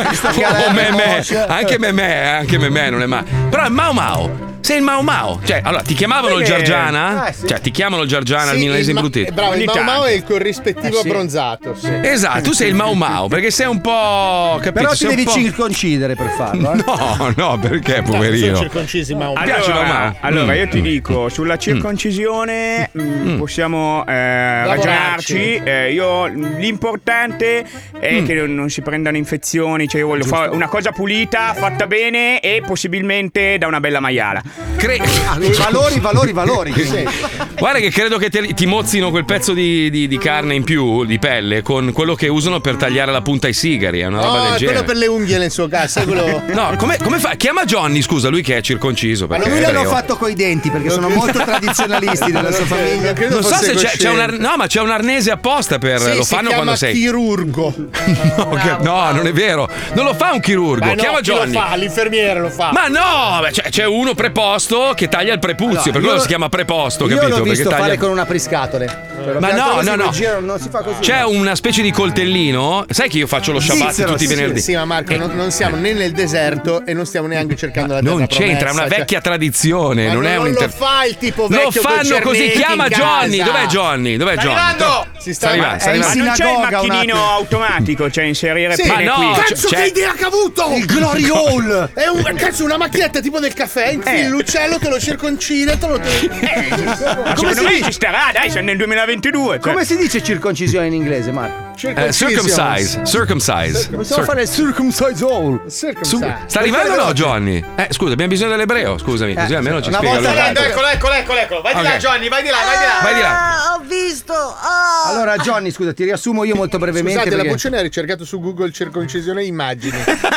Anche Memè non è male. Però è Mau. Sei il Mau. Cioè, allora ti chiamavano il Giargiana? Sì. Cioè, ti chiamano il Giargiana al milanese imbruttito. Bravo, il Mau è il corrispettivo abbronzato. Sì. Esatto, tu sei il Mau perché sei un po'. Capito? Però ti devi circoncidere per farlo. No, perché poverino? Sono circoncisi Mau. Allora, io ti dico, sulla circoncisione possiamo ragionarci. L'importante è che non si prendano infezioni. Cioè, io voglio fare una cosa pulita, fatta bene e possibilmente da una bella maiala. Valori. Sì. Guarda che credo che ti mozzino quel pezzo di carne in più, di pelle, con quello che usano per tagliare la punta ai sigari. È una roba del genere. Quello per le unghie nel suo caso. No, come fa? Chiama Johnny, scusa, lui che è circonciso. Ma lui l'hanno fatto coi denti perché sono molto tradizionalisti della sua famiglia. Non so se c'è un arnese apposta per. Lo fanno quando sei. Chirurgo. No, non è vero. Non lo fa un chirurgo. Chiama Johnny. Lo fa, l'infermiere lo fa. Ma no, c'è uno preposto che taglia il prepuzio, per quello si chiama preposto, capito? Io l'ho visto perché fare con una priscatole. Ma no. Non si fa così. C'è una specie di coltellino. Sai che io faccio lo Shabbat tutti i venerdì? Sì, ma Marco, non siamo né nel deserto e non stiamo neanche cercando la terra non c'entra, è una vecchia tradizione. Ma non è lo fa il tipo vecchio. Lo fanno così. Chiama Johnny. Dov'è Johnny? Sta arrivando. Ma non c'è il macchinino automatico, cioè inserire pene qui. Cazzo, che idea che ha avuto! Il Glory Hall! È una macchinetta tipo del caffè. Infili l'uccello, te lo circoncide, te lo. Ma secondo me ci starà, dai, siamo nel 2022. Come si dice circoncisione in inglese, Marco? Circumcise. Possiamo fare il circumcise all. Sta arrivando o no, Johnny? Scusa, abbiamo bisogno dell'ebreo, scusami, così almeno ci spiega. Eccolo. Vai di là, Johnny, vai di là. Ho visto. Allora, Johnny, scusa, ti riassumo io molto brevemente. Scusate, perché la Puccione ha ricercato su Google circoncisione immagini.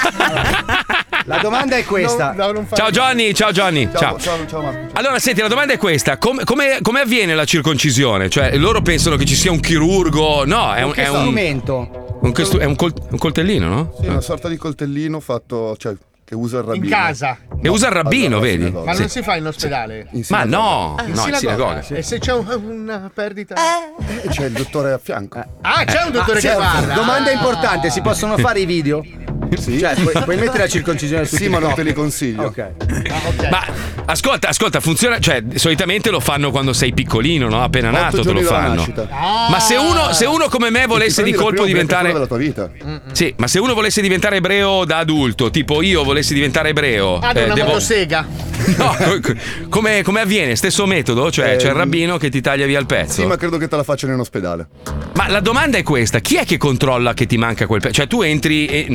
La domanda è questa. Ciao Johnny. Ciao Marco. Allora, senti, la domanda è questa: come avviene la circoncisione? Cioè, loro pensano che ci sia un chirurgo? No, è un strumento. È un coltellino, no? Sì, una sorta di coltellino fatto, cioè, che usa il rabbino. In casa. Che usa il rabbino, vedi? Ma non si fa in ospedale? Ma no, in sinagoga. E se c'è una perdita? C'è il dottore a fianco. C'è un dottore che guarda. Domanda importante, si possono fare i video? Sì. Cioè, puoi mettere la circoncisione su ma non te li consiglio. Ok. Ma ascolta, funziona, cioè solitamente lo fanno quando sei piccolino, no? Appena nato te lo fanno. Ma se uno come me volesse di colpo diventare della tua vita. Sì, ma se uno volesse diventare ebreo da adulto, tipo io volessi diventare ebreo, una motosega. No, come avviene? Stesso metodo? Cioè c'è il rabbino che ti taglia via il pezzo. Sì, ma credo che te la facciano in ospedale. Ma la domanda è questa: chi è che controlla che ti manca quel pezzo? Cioè tu entri e non credo che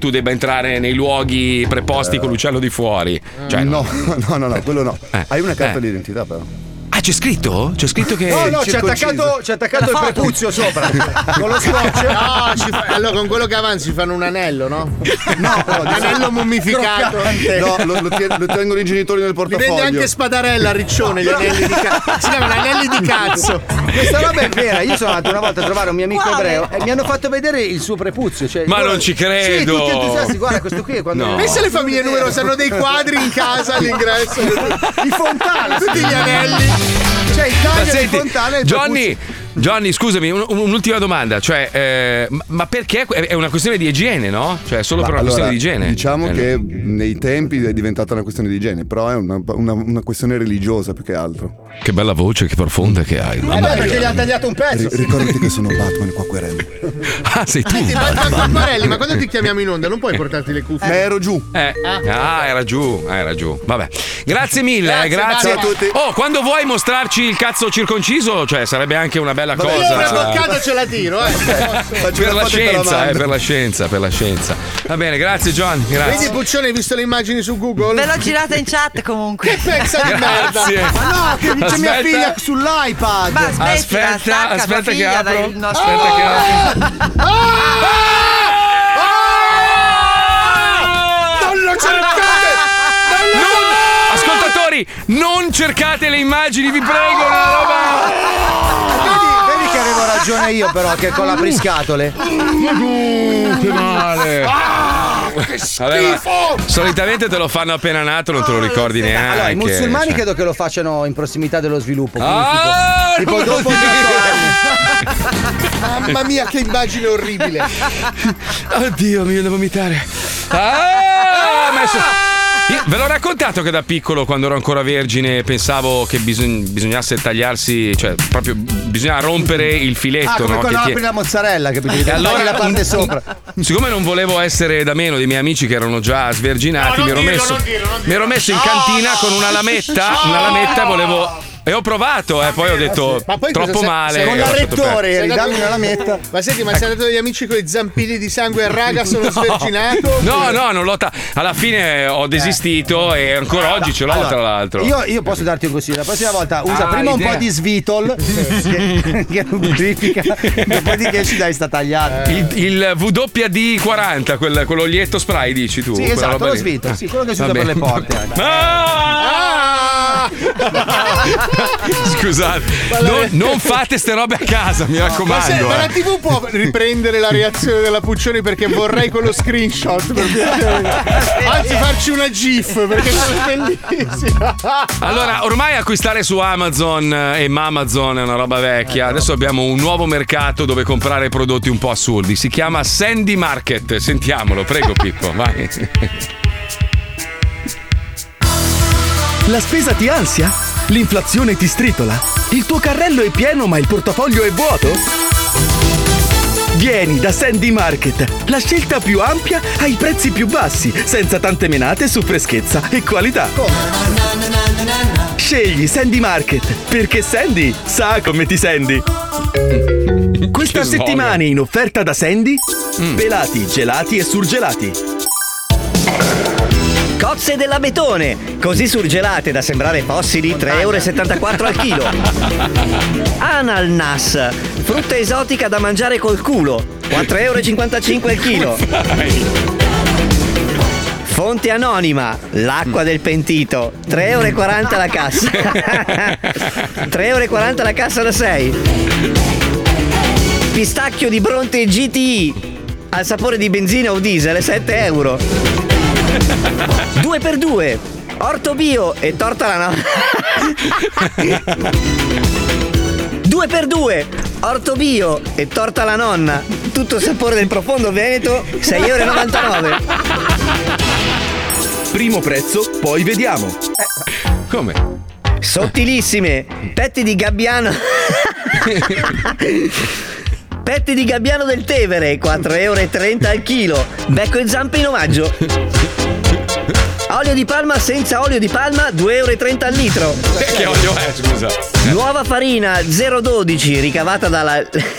tu debba entrare nei luoghi preposti con l'uccello di fuori. Cioè, no, quello no. Hai una carta d'identità però. Ah, c'è scritto? C'è scritto che. No, c'è attaccato il prepuzio sopra. Con lo scotch. No, allora con quello che avanzi ci fanno un anello, no? No, l'anello mummificato. No, lo tengono i genitori nel Mi portafoglio. vende anche Spadarella a Riccione gli anelli di cazzo. Si chiamano anelli di cazzo. Questa roba è vera. Io sono andato una volta a trovare un mio amico ebreo e mi hanno fatto vedere il suo prepuzio. Cioè, Ma non ci credo. Sì, tutti entusiasti. Guarda, questo qui è quando. No. Pensa alle famiglie numerose, hanno dei quadri in casa all'ingresso. I fontane. Tutti gli anelli. Cioè, il Ma taglio di senti, fontana e Johnny, scusami, un'ultima domanda. Cioè, ma perché è una questione di igiene, no? Cioè, solo per una questione di igiene. Diciamo che nei tempi è diventata una questione di igiene, però è una questione religiosa più che altro. Che bella voce, che profonda che hai. perché gli ha tagliato un pezzo. Ricordati che sono Batman qua Quacquarelli. Ah, sei tu. Senti, Quacquarelli, ma quando ti chiamiamo in onda non puoi portarti le cuffie? Ma ero giù. Era giù. Vabbè. Grazie mille, Grazie grazie a tutti. Oh, quando vuoi mostrarci il cazzo circonciso, cioè sarebbe anche una bella cosa. Io una boccata ce la tiro, Per la scienza, per la scienza. Va bene, grazie John, grazie. Vedi Puccione, hai visto le immagini su Google? Ve l'ho girata in chat comunque. Che pezza di merda! Grazie. Ma no, che dice mia figlia sull'iPad. Ma aspetta che apro. Aspetta che apro. Non lo cercate! Ascoltatori, non cercate le immagini, vi prego, una roba. Vedi che avevo ragione io, però, che con l'apriscatole. Che male. Che schifo! Solitamente te lo fanno appena nato, non te lo ricordi neanche. Allora, i musulmani cioè. credo che lo facciano in prossimità dello sviluppo. Tipo dopo 8 anni. Mamma mia, che immagine orribile! Oddio, mi viene da vomitare. Ve l'ho raccontato che da piccolo, quando ero ancora vergine, pensavo che bisognasse tagliarsi, cioè proprio bisogna rompere il filetto, come no? quando apri la mozzarella, capito? E allora la parte sopra. Siccome non volevo essere da meno dei miei amici che erano già sverginati, mi ero messo in cantina con una lametta, volevo. E ho provato, poi ho detto ma poi troppo male. Con l'arrettore, ridammi una lametta. Ma senti, ma sei andato dagli amici con i zampilli di sangue e raga, sono sverginato? No, non l'ho. Alla fine ho desistito e ancora oggi ce l'ho, tra l'altro. Io posso darti un consiglio. La prossima volta usa prima un po' di Svitol che lubrifica, dopodiché ci dai sta tagliata. Il WD-40, quell'olietto spray, dici tu? Sì, esatto, lo Svitol, sì, quello che si usa per le porte. Scusate, non fate ste robe a casa, mi raccomando. Ma la TV può riprendere la reazione della Puccioni, perché vorrei quello screenshot per anzi farci una GIF, perché è bellissima. Allora, ormai acquistare su Amazon e Mamazon è una roba vecchia. Adesso abbiamo un nuovo mercato dove comprare prodotti un po' assurdi. Si chiama Sandy Market. Sentiamolo, prego Pippo, vai. La spesa ti ansia? L'inflazione ti stritola? Il tuo carrello è pieno ma il portafoglio è vuoto? Vieni da Sandy Market, la scelta più ampia ai prezzi più bassi, senza tante menate su freschezza e qualità. Scegli Sandy Market, perché Sandy sa come ti senti. Questa settimana in offerta da Sandy, pelati, gelati e surgelati. Cozze dell'abetone, così surgelate da sembrare fossili, 3,74 € al chilo. Ananas, frutta esotica da mangiare col culo, 4,55 € al chilo. Fonte anonima, l'acqua del pentito, 3,40 € la cassa. 3,40 € la cassa da 6. Pistacchio di Bronte GTI, al sapore di benzina o diesel, 7 €. 2x2, orto bio e torta alla nonna. 2x2, orto bio e torta alla nonna, tutto sapore del profondo Veneto, 6,99 €. Primo prezzo, poi vediamo. Come? Sottilissime, petti di gabbiano. Petti di gabbiano del Tevere, 4,30 € al chilo. Becco e zampe in omaggio. Olio di palma senza olio di palma, 2,30 € al litro. Che olio è, scusa? Nuova farina 0,12 ricavata dalla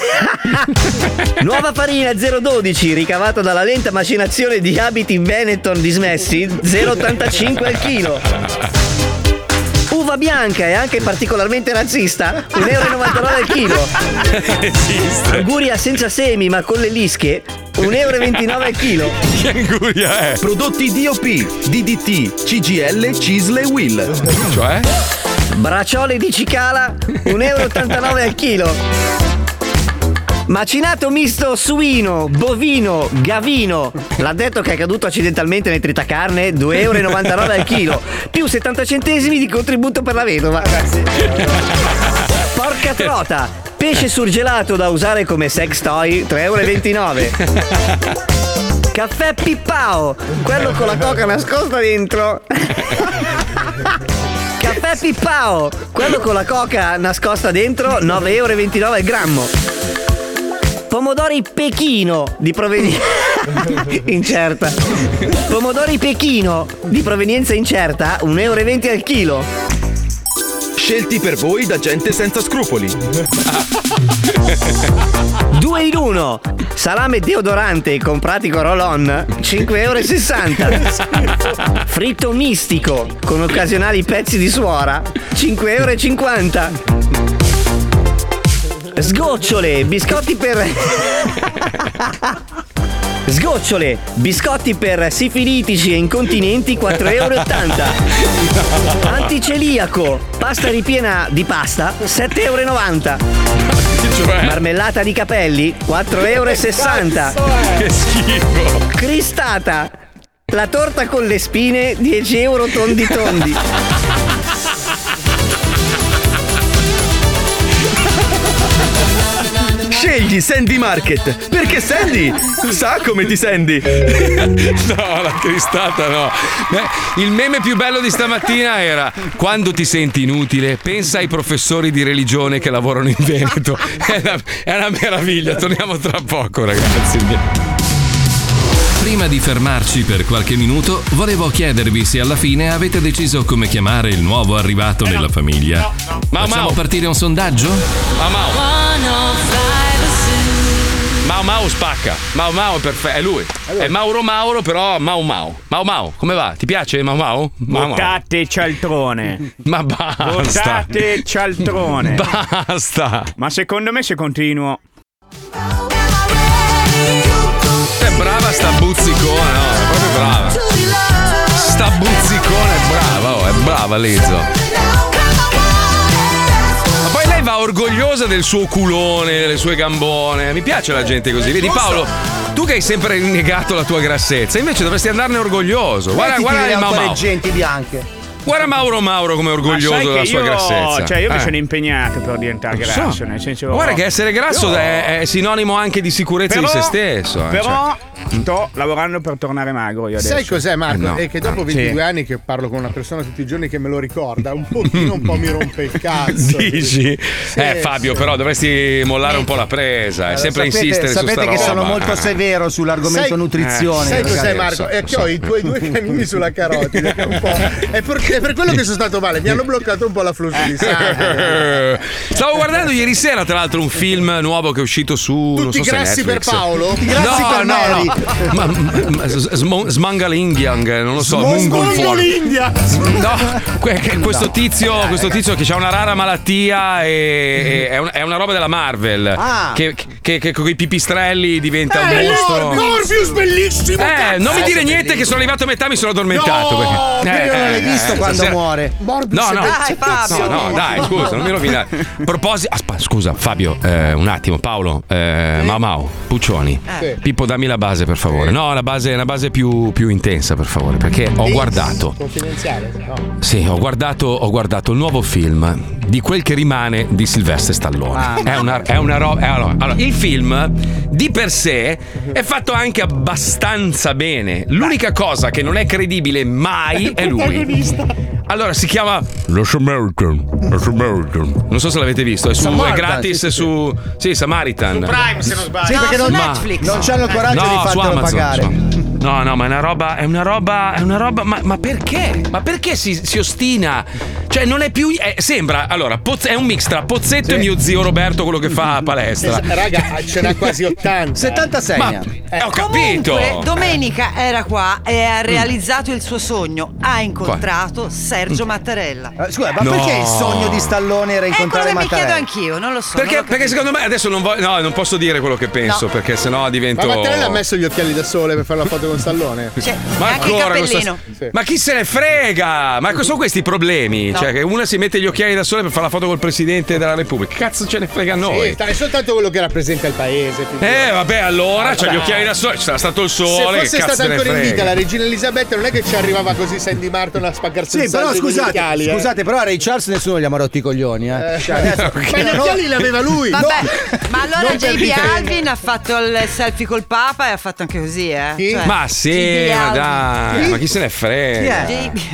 Nuova farina 0,12 ricavata dalla lenta macinazione di abiti Benetton dismessi, 0,85 al chilo. Uva bianca e anche particolarmente razzista, 1,99 € al chilo. Esiste. Anguria senza semi ma con le lische, 1,29 € al chilo. Che anguria è? Prodotti DOP, DDT, CGL, Cisle e Will. Cioè? Braciole di cicala, 1,89 € al chilo. Macinato misto suino, bovino, gavino. L'ha detto che è caduto accidentalmente nel tritacarne, 2,99 € al chilo. Più 70 centesimi di contributo per la vedova. Porca trota. Pesce surgelato da usare come sex toy, 3,29 €. Caffè Pippao, quello con la coca nascosta dentro. Caffè Pippao, quello con la coca nascosta dentro, 9,29 € al grammo. Pomodori Pechino di provenienza incerta. Pomodori Pechino di provenienza incerta, 1,20 € al chilo. Scelti per voi da gente senza scrupoli. 2 in 1. Salame deodorante con pratico roll-on, 5,60 €. Fritto mistico con occasionali pezzi di suora, 5,50 €. Sgocciole, biscotti per Sgocciole, biscotti per sifilitici e incontinenti, 4,80 €. Anticeliaco, pasta ripiena di pasta, 7,90 €. Marmellata di capelli, 4,60 €. Che schifo. Cristata, la torta con le spine, 10 € tondi tondi. Scegli Sandy Market, perché Sandy sa come ti senti. No, la cristata no. Il meme più bello di stamattina era: quando ti senti inutile, pensa ai professori di religione che lavorano in Veneto. È una meraviglia. Torniamo tra poco, ragazzi. Prima di fermarci per qualche minuto, volevo chiedervi se alla fine avete deciso come chiamare il nuovo arrivato nella famiglia. Facciamo partire un sondaggio? Mau spacca. Mau è perfetto. È lui. È Mauro Mauro, però Mau. Come va? Ti piace Mau? Votate cialtrone. Ma basta. Votate cialtrone. Basta. Ma secondo me se continuo. È brava sta buzzicona, no? È proprio brava. Sta buzzicona è brava, è brava Lezzo. Ma poi lei va orgogliosa del suo culone, delle sue gambone. Mi piace la gente così. Vedi Paolo, tu che hai sempre rinnegato la tua grassezza, invece dovresti andarne orgoglioso. Guarda il mamma. Genti bianche. Guarda Mauro come è orgoglioso della sua grassezza. Cioè, io mi sono impegnato per diventare grasso, nel senso. Guarda che essere grasso è sinonimo anche di sicurezza di se stesso. Però sto lavorando per tornare magro io adesso. Sai cos'è, Marco? No. È che dopo 22 anni che parlo con una persona tutti i giorni che me lo ricorda, un po' mi rompe il cazzo. Dici? Fabio, però dovresti mollare un po' la presa. È sempre insistere su sta roba. Sapete che sono molto severo sull'argomento nutrizione. Sai cos'è, Marco? È che ho i tuoi due canini sulla carotide, che è un po'. È per quello che sono stato male, mi hanno bloccato un po' la flusso di sangue. Stavo guardando ieri sera, tra l'altro, un film nuovo che è uscito su. Tutti grassi per Paolo? Tutti grassi per Mary. Smangalingyang, non lo so. Smangalingyang. No, questo tizio che ha una rara malattia e è una roba della Marvel. Che con i pipistrelli diventa un mostro. Morbius, bellissimo. Non mi dire niente che sono arrivato a metà, mi sono addormentato. No, perché non l'hai visto quando muore. No, Dai, Fabio. No, dai, scusa, non mi rovinare. Proposito. Scusa, Fabio, un attimo, Paolo, Mau, Puccioni. Pippo, dammi la base, per favore. No, una base più intensa, per favore, perché ho guardato. Confidenziale? No. Sì, ho guardato il nuovo film di quel che rimane di Sylvester Stallone. È una roba. Allora, il film di per sé è fatto anche abbastanza bene. L'unica cosa che non è credibile mai è lui. Allora si chiama Los American. Non so se l'avete visto, è gratis su Samaritan. Prime, se non sbaglio. Sì, perché su Netflix. Non c'hanno il coraggio di fartelo pagare. No, ma è una roba, ma perché? Ma perché si ostina? Cioè, non è più. Sembra, allora, è un mix tra Pozzetto e mio zio Roberto, quello che fa palestra. Raga, ce n'ha quasi 80. 76 Ma ho capito. Comunque, domenica era qua e ha realizzato il suo sogno. Ha incontrato Sergio Mattarella. Scusa, ma perché il sogno di Stallone era incontrare Mattarella? Mi chiedo Mattarella? anch'io, non lo so. Perché secondo me adesso non posso dire quello che penso, perché sennò divento. Ma Mattarella ha messo gli occhiali da sole per fare la foto con Stallone. Ma anche il cappellino. Ma chi se ne frega? Ma sono questi i problemi? No. Cioè, che una si mette gli occhiali da sole per fare la foto col Presidente della Repubblica. Che cazzo ce ne frega a noi? Sì, è soltanto quello che rappresenta il paese. Vabbè, allora c'ha gli occhiali da sole, ci sarà stato il sole. Se fosse stata ancora in vita la regina Elisabetta, non è che ci arrivava così Sandy Martin a spaccarsi il però sangue con gli occhiali. scusate, però a Ray Charles nessuno gli ha rotti i coglioni. Ma gli occhiali li aveva lui. Vabbè, ma allora JB Alvin ha fatto il selfie col Papa e ha fatto anche così, Chi? Ma sì, ma dai, ma chi se ne frega?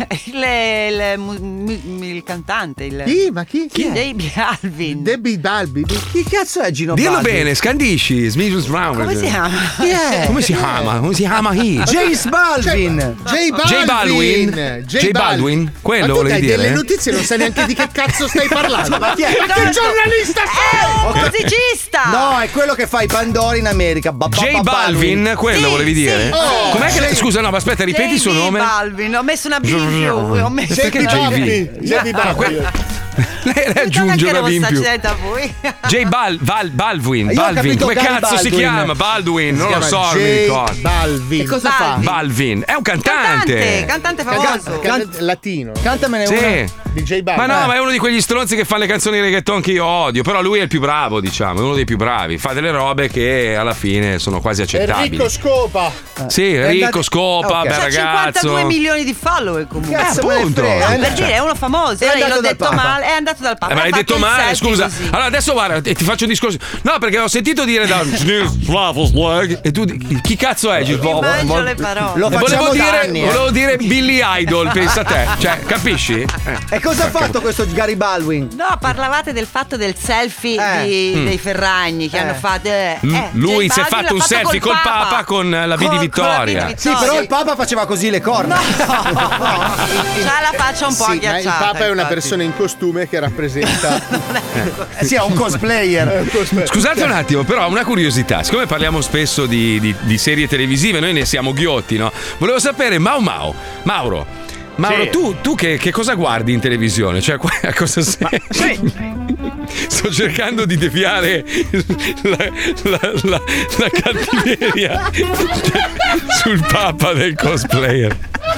Il cantante. Chi? Ma chi? JB Alvin. Debbie Balbi. Chi cazzo è Gino Dillo Balbi? bene, scandisci. Come si chiama? Chi è? Come si chiama? Come si chiama? James Balvin. J Balvin? Quello ma tu volevi dai dire? delle notizie non sai neanche di che cazzo stai parlando. Ma chi è? Ma che giornalista sei? Un musicista! No, è quello che fa i Pandori in America. J Balvin, quello volevi dire? Sì. Com'è che scusa, no, ma aspetta, ripeti il suo nome. Balvin, ho messo una B in più. Ho messo Perché JV? Lei aggiunge una B in più. J Balvin. Come cazzo si chiama? Baldwin, non lo so, non mi ricordo. Balvin. E cosa fa? Balvin. È un cantante. Cantante famoso. Latino. Cantamene una. DJ Balvin. Ma no, ma è uno di quegli stronzi che fa le canzoni di reggaeton che io odio. Però lui è il più bravo, diciamo, è uno dei più bravi. Fa delle robe che alla fine sono quasi accettabili. Enrico Scopa. Sì, Enrico Scopa, bel ragazzo. 52 milioni di follower comunque. Appunto. Per dire, è uno famoso. Io l'ho detto male, è andato dal Papa. Ma l'hai detto male, scusa. Così. Allora adesso guarda, ti faccio un discorso. No, perché ho sentito dire da e tu chi cazzo è? Mi mangio le parole. Lo facciamo da anni. Volevo dire Billy Idol, pensa a te. Cioè, capisci? E cosa ha fatto questo Gary Baldwin? No, parlavate del fatto del selfie dei Ferragni che hanno fatto. Lui J si è Balvin fatto un l'ha selfie col Papa con la B di Vittoria. Sì, però il Papa faceva così le corna. C'ha la faccia un po' Sì, agghiacciata. ma il Papa è una infatti. persona in costume che rappresenta. Sì, è un cosplayer. Scusate un attimo, però una curiosità. Siccome parliamo spesso di serie televisive, noi ne siamo ghiotti, no? Volevo sapere, Mauro, Sì. tu che cosa guardi in televisione? Cioè, a cosa sei? Sto cercando di deviare la cattiveria sul Papa del cosplayer.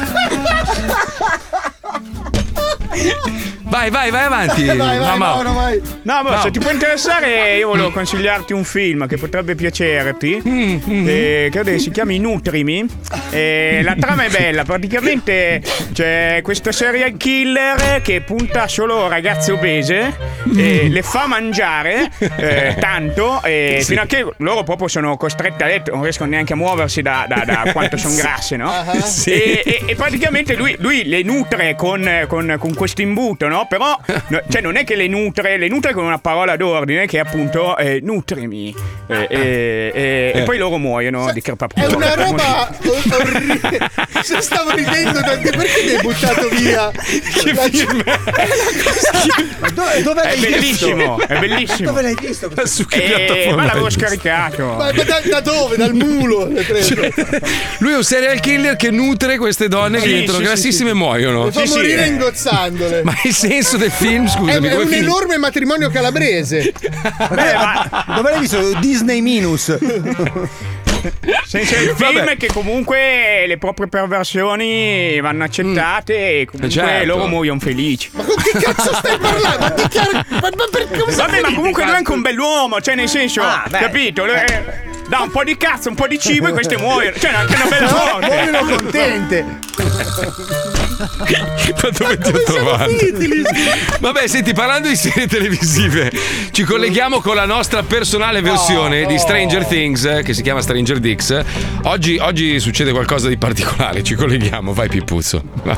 Vai avanti. Vai. No, se ti può interessare, io volevo consigliarti un film che potrebbe piacerti. Credo che si chiami Nutrimi. La trama è bella. Praticamente c'è questo serial killer che punta solo ragazze obese, le fa mangiare tanto, fino a che loro proprio sono costrette a letto, non riescono neanche a muoversi da quanto sono grasse, no? E praticamente lui le nutre con questo imbuto, no? Però cioè non è che le nutre con una parola d'ordine, che è appunto nutrimi, e poi loro muoiono di crepapuro. È una roba orribile. Stavo ridendo perché mi hai buttato via. Che film è? Dove l'hai bellissimo, visto? è bellissimo. Dove l'hai visto? Su che piattaforma? Ma l'avevo l'hai visto? scaricato. Ma da dove? Dal mulo? Lui è un serial killer che nutre queste donne che diventano grassissime e muoiono. Mi fa morire ingozzandole. Ma il senso del film, scusami, è un enorme matrimonio calabrese. Dove l'hai visto? Disney Minus. Senza il film è che comunque le proprie perversioni vanno accettate e comunque loro muoiono felici. Ma con che cazzo stai parlando? Vabbè, ma comunque lui è anche un bell'uomo, cioè nel senso, capito? Dà un po' di cazzo, un po' di cibo e queste muoiono. Cioè, anche una bella morte. Muoiono contente. Ma dove ti ho trovato? Vabbè, senti, parlando di serie televisive, ci colleghiamo con la nostra personale versione di Stranger Things, che si chiama Stranger Dicks. Oggi succede qualcosa di particolare, ci colleghiamo, vai Pippuzzo. Vai.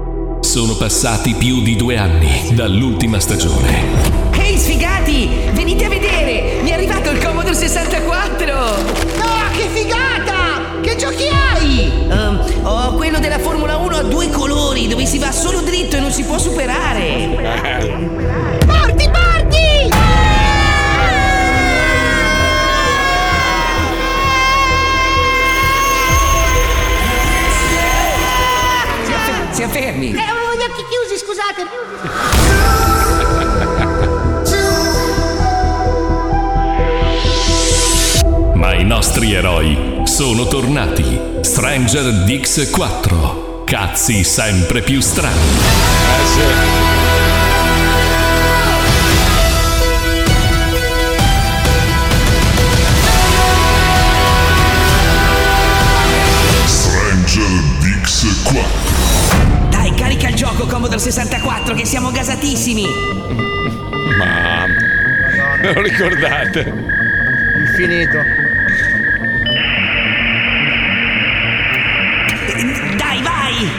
Sono passati più di 2 anni dall'ultima stagione. Ehi sfigati, venite 64! No, che figata! Che giochi hai? Ho quello della Formula 1 a 2 colori, dove si va solo dritto e non si può superare. Parti, parti! Si fermi. Avevo gli occhi chiusi, scusate. Ma i nostri eroi sono tornati. Stranger Dix 4. Cazzi sempre più strani. Stranger Dix 4. Dai, carica il gioco Commodore 64 che siamo gasatissimi. Mamma, me lo ricordate? Infinito. Dai, vai!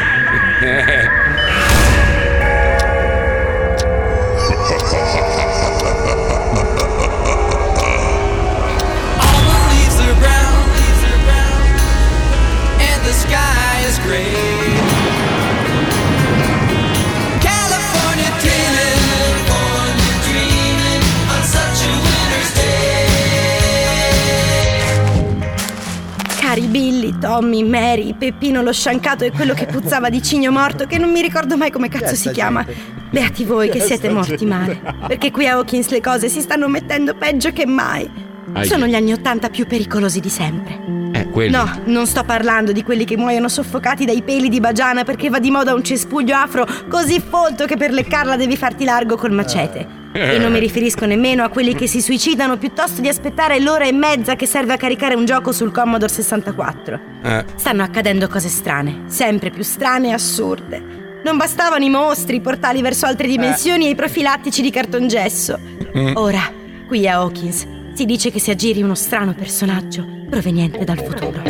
All the leaves are brown, and the sky is gray. California dreaming on such a winter's day. Cari Billy, Tommy, Mary, Peppino lo sciancato e quello che puzzava di cigno morto, che non mi ricordo mai come cazzo si chiama. Beati voi che siete morti male, perché qui a Hawkins le cose si stanno mettendo peggio che mai. Sono gli anni '80 più pericolosi di sempre. Quelli. No, non sto parlando di quelli che muoiono soffocati dai peli di Bagiana perché va di moda un cespuglio afro così folto che per leccarla devi farti largo col macete. E non mi riferisco nemmeno a quelli che si suicidano piuttosto di aspettare l'ora e mezza che serve a caricare un gioco sul Commodore 64. Stanno accadendo cose strane, sempre più strane e assurde. Non bastavano i mostri, i portali verso altre dimensioni e i profilattici di cartongesso. Ora, qui a Hawkins, si dice che si aggiri uno strano personaggio proveniente dal futuro.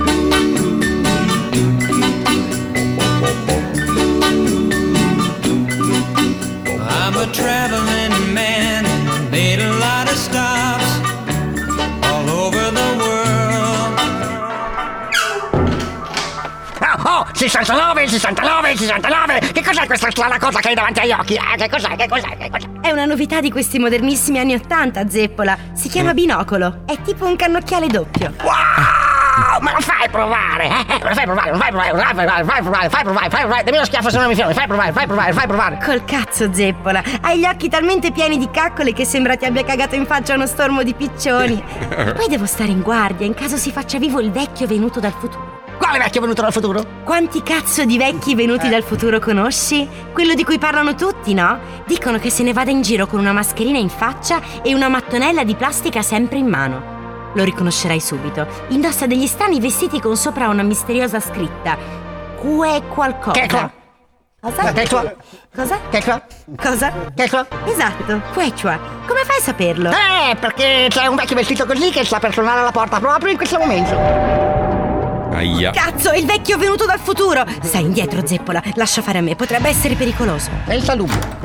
I'm a traveling man, made a lot of stops all over the world. Oh, 69, 69, 69! Che cos'è questa strana cosa che hai davanti agli occhi? Che cos'è? È una novità di questi modernissimi anni '80, Zeppola. Si chiama binocolo. È tipo un cannocchiale doppio. Wow! Me lo fai provare? Me lo fai provare? Fai provare. Dammi lo schiaffo se non mi fermo. Fai provare. Col cazzo, Zeppola. Hai gli occhi talmente pieni di caccole che sembra ti abbia cagato in faccia uno stormo di piccioni. Poi devo stare in guardia in caso si faccia vivo il vecchio venuto dal futuro. Quale vecchio venuto dal futuro? Quanti cazzo di vecchi venuti dal futuro conosci? Quello di cui parlano tutti, no? Dicono che se ne vada in giro con una mascherina in faccia e una mattonella di plastica sempre in mano. Lo riconoscerai subito. Indossa degli strani vestiti con sopra una misteriosa scritta. Que qualcosa. Quechua. Cosa? Quechua. Cosa? Quechua. Cosa? Quechua. Esatto, Quechua. Come fai a saperlo? Perché c'è un vecchio vestito così che sta per suonare alla porta proprio in questo momento. Aia. Cazzo, il vecchio venuto dal futuro! Stai indietro, Zeppola, lascia fare a me, potrebbe essere pericoloso. Senza dubbio.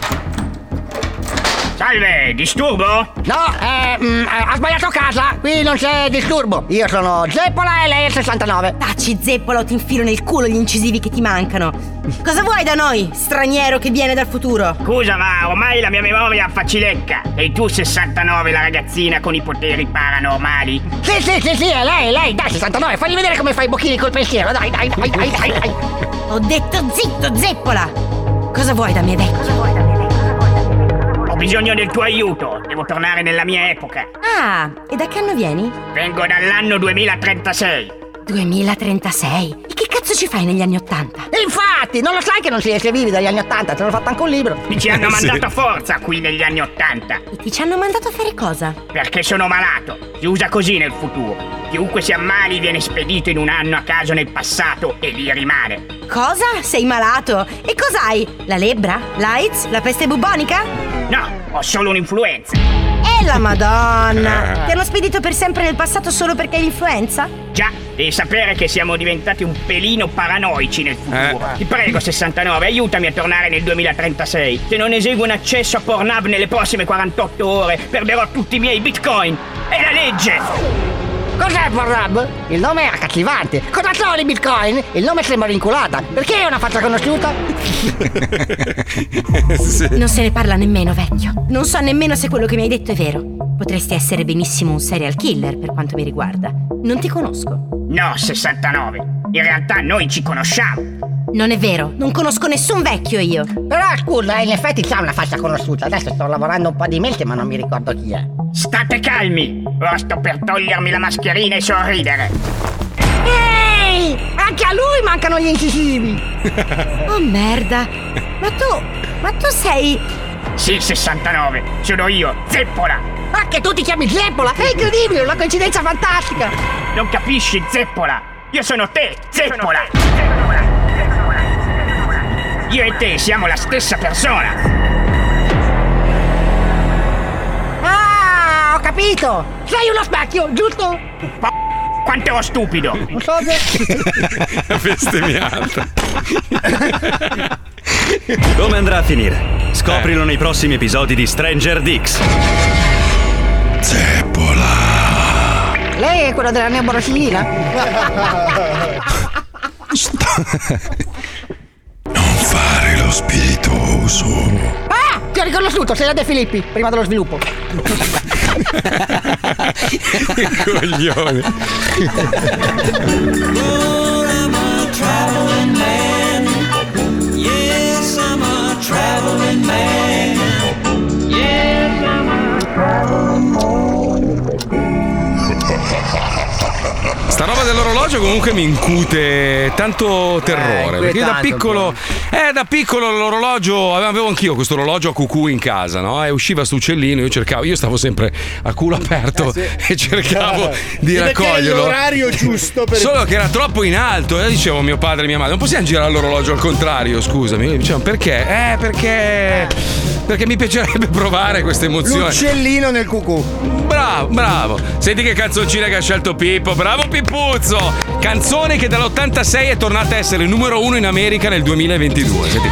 Salve, disturbo? No, ha sbagliato casa, qui non c'è disturbo. Io sono Zeppola e lei è il 69. Taci, Zeppola, o ti infilo nel culo gli incisivi che ti mancano. Cosa vuoi da noi, straniero che viene dal futuro? Scusa, ma ormai la mia memoria fa cilecca. E tu 69, la ragazzina con i poteri paranormali? Sì, è lei, dai 69, fagli vedere come fai i bocchini col pensiero, dai. Ho detto zitto, Zeppola! Cosa vuoi da me, vecchio? Ho bisogno del tuo aiuto, devo tornare nella mia epoca. Ah, e da che anno vieni? Vengo dall'anno 2036. 2036? E che cazzo ci fai negli anni '80? Infatti, non lo sai che non si riesce vivi dagli anni '80, te l'ho fatto anche un libro. Mi ci hanno mandato a forza qui negli anni '80. E ti ci hanno mandato a fare cosa? Perché sono malato, si usa così nel futuro. Chiunque si ammali viene spedito in un anno a caso nel passato e lì rimane. Cosa? Sei malato? E cos'hai? La lebbra? L'AIDS? La peste bubonica? No, ho solo un'influenza. È la Madonna! Ti hanno spedito per sempre nel passato solo perché hai l'influenza? Già, devi sapere che siamo diventati un pelino paranoici nel futuro. Ti prego, 69, aiutami a tornare nel 2036. Se non eseguo un accesso a Pornhub nelle prossime 48 ore, perderò tutti i miei bitcoin. È la legge! Cos'è Pornhub? Il nome è accattivante. Cosa sono i bitcoin? Il nome sembra vincolata. Perché è una faccia conosciuta? Non se ne parla nemmeno, vecchio. Non so nemmeno se quello che mi hai detto è vero. Potresti essere benissimo un serial killer per quanto mi riguarda. Non ti conosco. No, 69. In realtà noi ci conosciamo. Non è vero, non conosco nessun vecchio io. Però scusa, in effetti c'ha una faccia conosciuta. Adesso sto lavorando un po' di mente ma non mi ricordo chi è. State calmi. Ora sto per togliermi la mascherina e sorridere. Ehi! Anche a lui mancano gli incisivi. Oh merda. Ma tu sei... Sì, 69. Sono io, Zeppola. Ah, che tu ti chiami Zeppola? È incredibile, una coincidenza fantastica. Non capisci, Zeppola? Io sono te, Zeppola. Io e te siamo la stessa persona. Ah, ho capito. Sei uno specchio, giusto? Quanto ero stupido. Non so se... Bestemmiata. Come andrà a finire? Scoprilo nei prossimi episodi di Stranger Dicks. Zeppola. Lei è quello della neoboroscillina? Non fare lo spiritoso. Ah! Ti ho riconosciuto, sei la De Filippi, prima dello sviluppo. Coglione. I'm a traveling man. Yes, I'm a traveling man. Yes, I'm a traveling man. Sta roba dell'orologio comunque mi incute tanto terrore. Perché da piccolo l'orologio, avevo anch'io questo orologio a cucù in casa, no? E usciva sto uccellino, io stavo sempre a culo aperto e cercavo di raccoglierlo. L'orario giusto per... Solo che era troppo in alto e dicevo a mio padre e mia madre: non possiamo girare l'orologio al contrario, scusami. Mi dicevano perché? Perché mi piacerebbe provare questa emozione. L'uccellino nel cucù. Bravo. Senti che canzoncina che ha scelto Pippo. Bravo Pippuzzo. Canzone che dall'86 è tornata a essere il numero 1 in America nel 2022. Senti.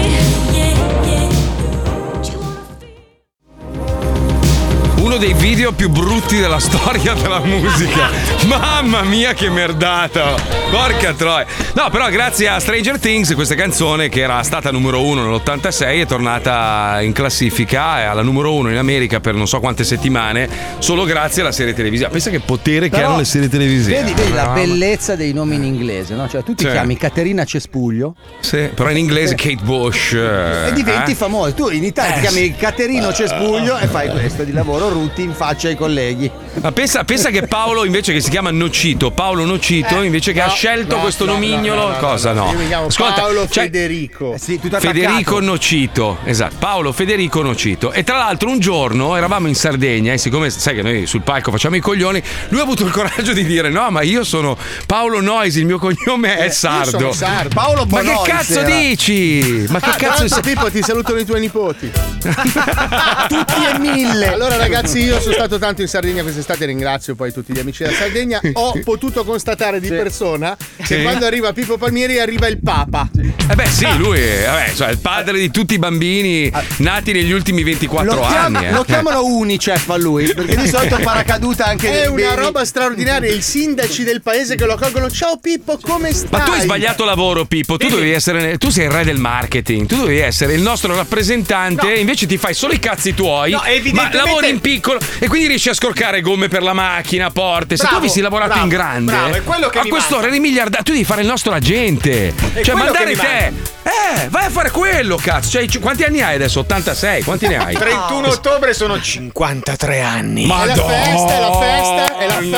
Uno dei video più brutti della storia della musica. Mamma mia che merdata. Porca troia. No, però grazie a Stranger Things questa canzone, che era stata numero 1 nell'86, è tornata in classifica e alla numero 1 in America per non so quante settimane, solo grazie alla serie televisiva. Pensa che potere che hanno le serie televisive. Vedi la bellezza dei nomi in inglese, no? Cioè tu ti chiami Caterina Cespuglio. Sì, però in inglese Kate Bush. E diventi famoso. Tu in Italia ti chiami Caterino Cespuglio e fai questo di lavoro, rutti in faccia ai colleghi. Ma pensa che Paolo, invece, che si chiama Nocito, Paolo Nocito, invece che ha scelto questo nomignolo. Cosa no? Io mi chiamo Paolo Federico. Federico Nocito, esatto, Paolo Federico Nocito. E tra l'altro un giorno eravamo in Sardegna e siccome sai che noi sul palco facciamo i coglioni, lui ha avuto il coraggio di dire: no, ma io sono Paolo Noisi, il mio cognome è sardo. Io sono sardo. Paolo Ma Bonolis che cazzo era. dici? Ma che cazzo sei? Pippo, ti salutano i tuoi nipoti. Tutti e 1000. Allora ragazzi, io sono stato tanto in Sardegna quest'estate, ringrazio poi tutti gli amici della Sardegna. Ho potuto constatare di persona che quando arriva Pippo Palmieri arriva il Papa. Sì, lui è il padre di tutti i bambini nati negli ultimi 24 anni. Lo chiamano Unicef a lui, perché di solito paracaduta anche è dei una beni. roba straordinaria. I sindaci del paese che lo accolgono: ciao Pippo, come stai? Ma tu hai sbagliato lavoro, Pippo. Tu sei il re del marketing. Tu dovevi essere il nostro rappresentante. Invece ti fai solo i cazzi tuoi. No, evidentemente... Ma lavori in piccolo e quindi riesci a scorcare gomme per la macchina, porte. Se tu avessi lavorato in grande, è quello che a quest'ora eri miliardario. Tu devi fare il nostro agente. Cioè, mandare te. Vai a fare quello, cazzo. Cioè, quanti anni hai adesso? 86? Quanti ne hai? 31 ottobre sono 53 anni. È la festa.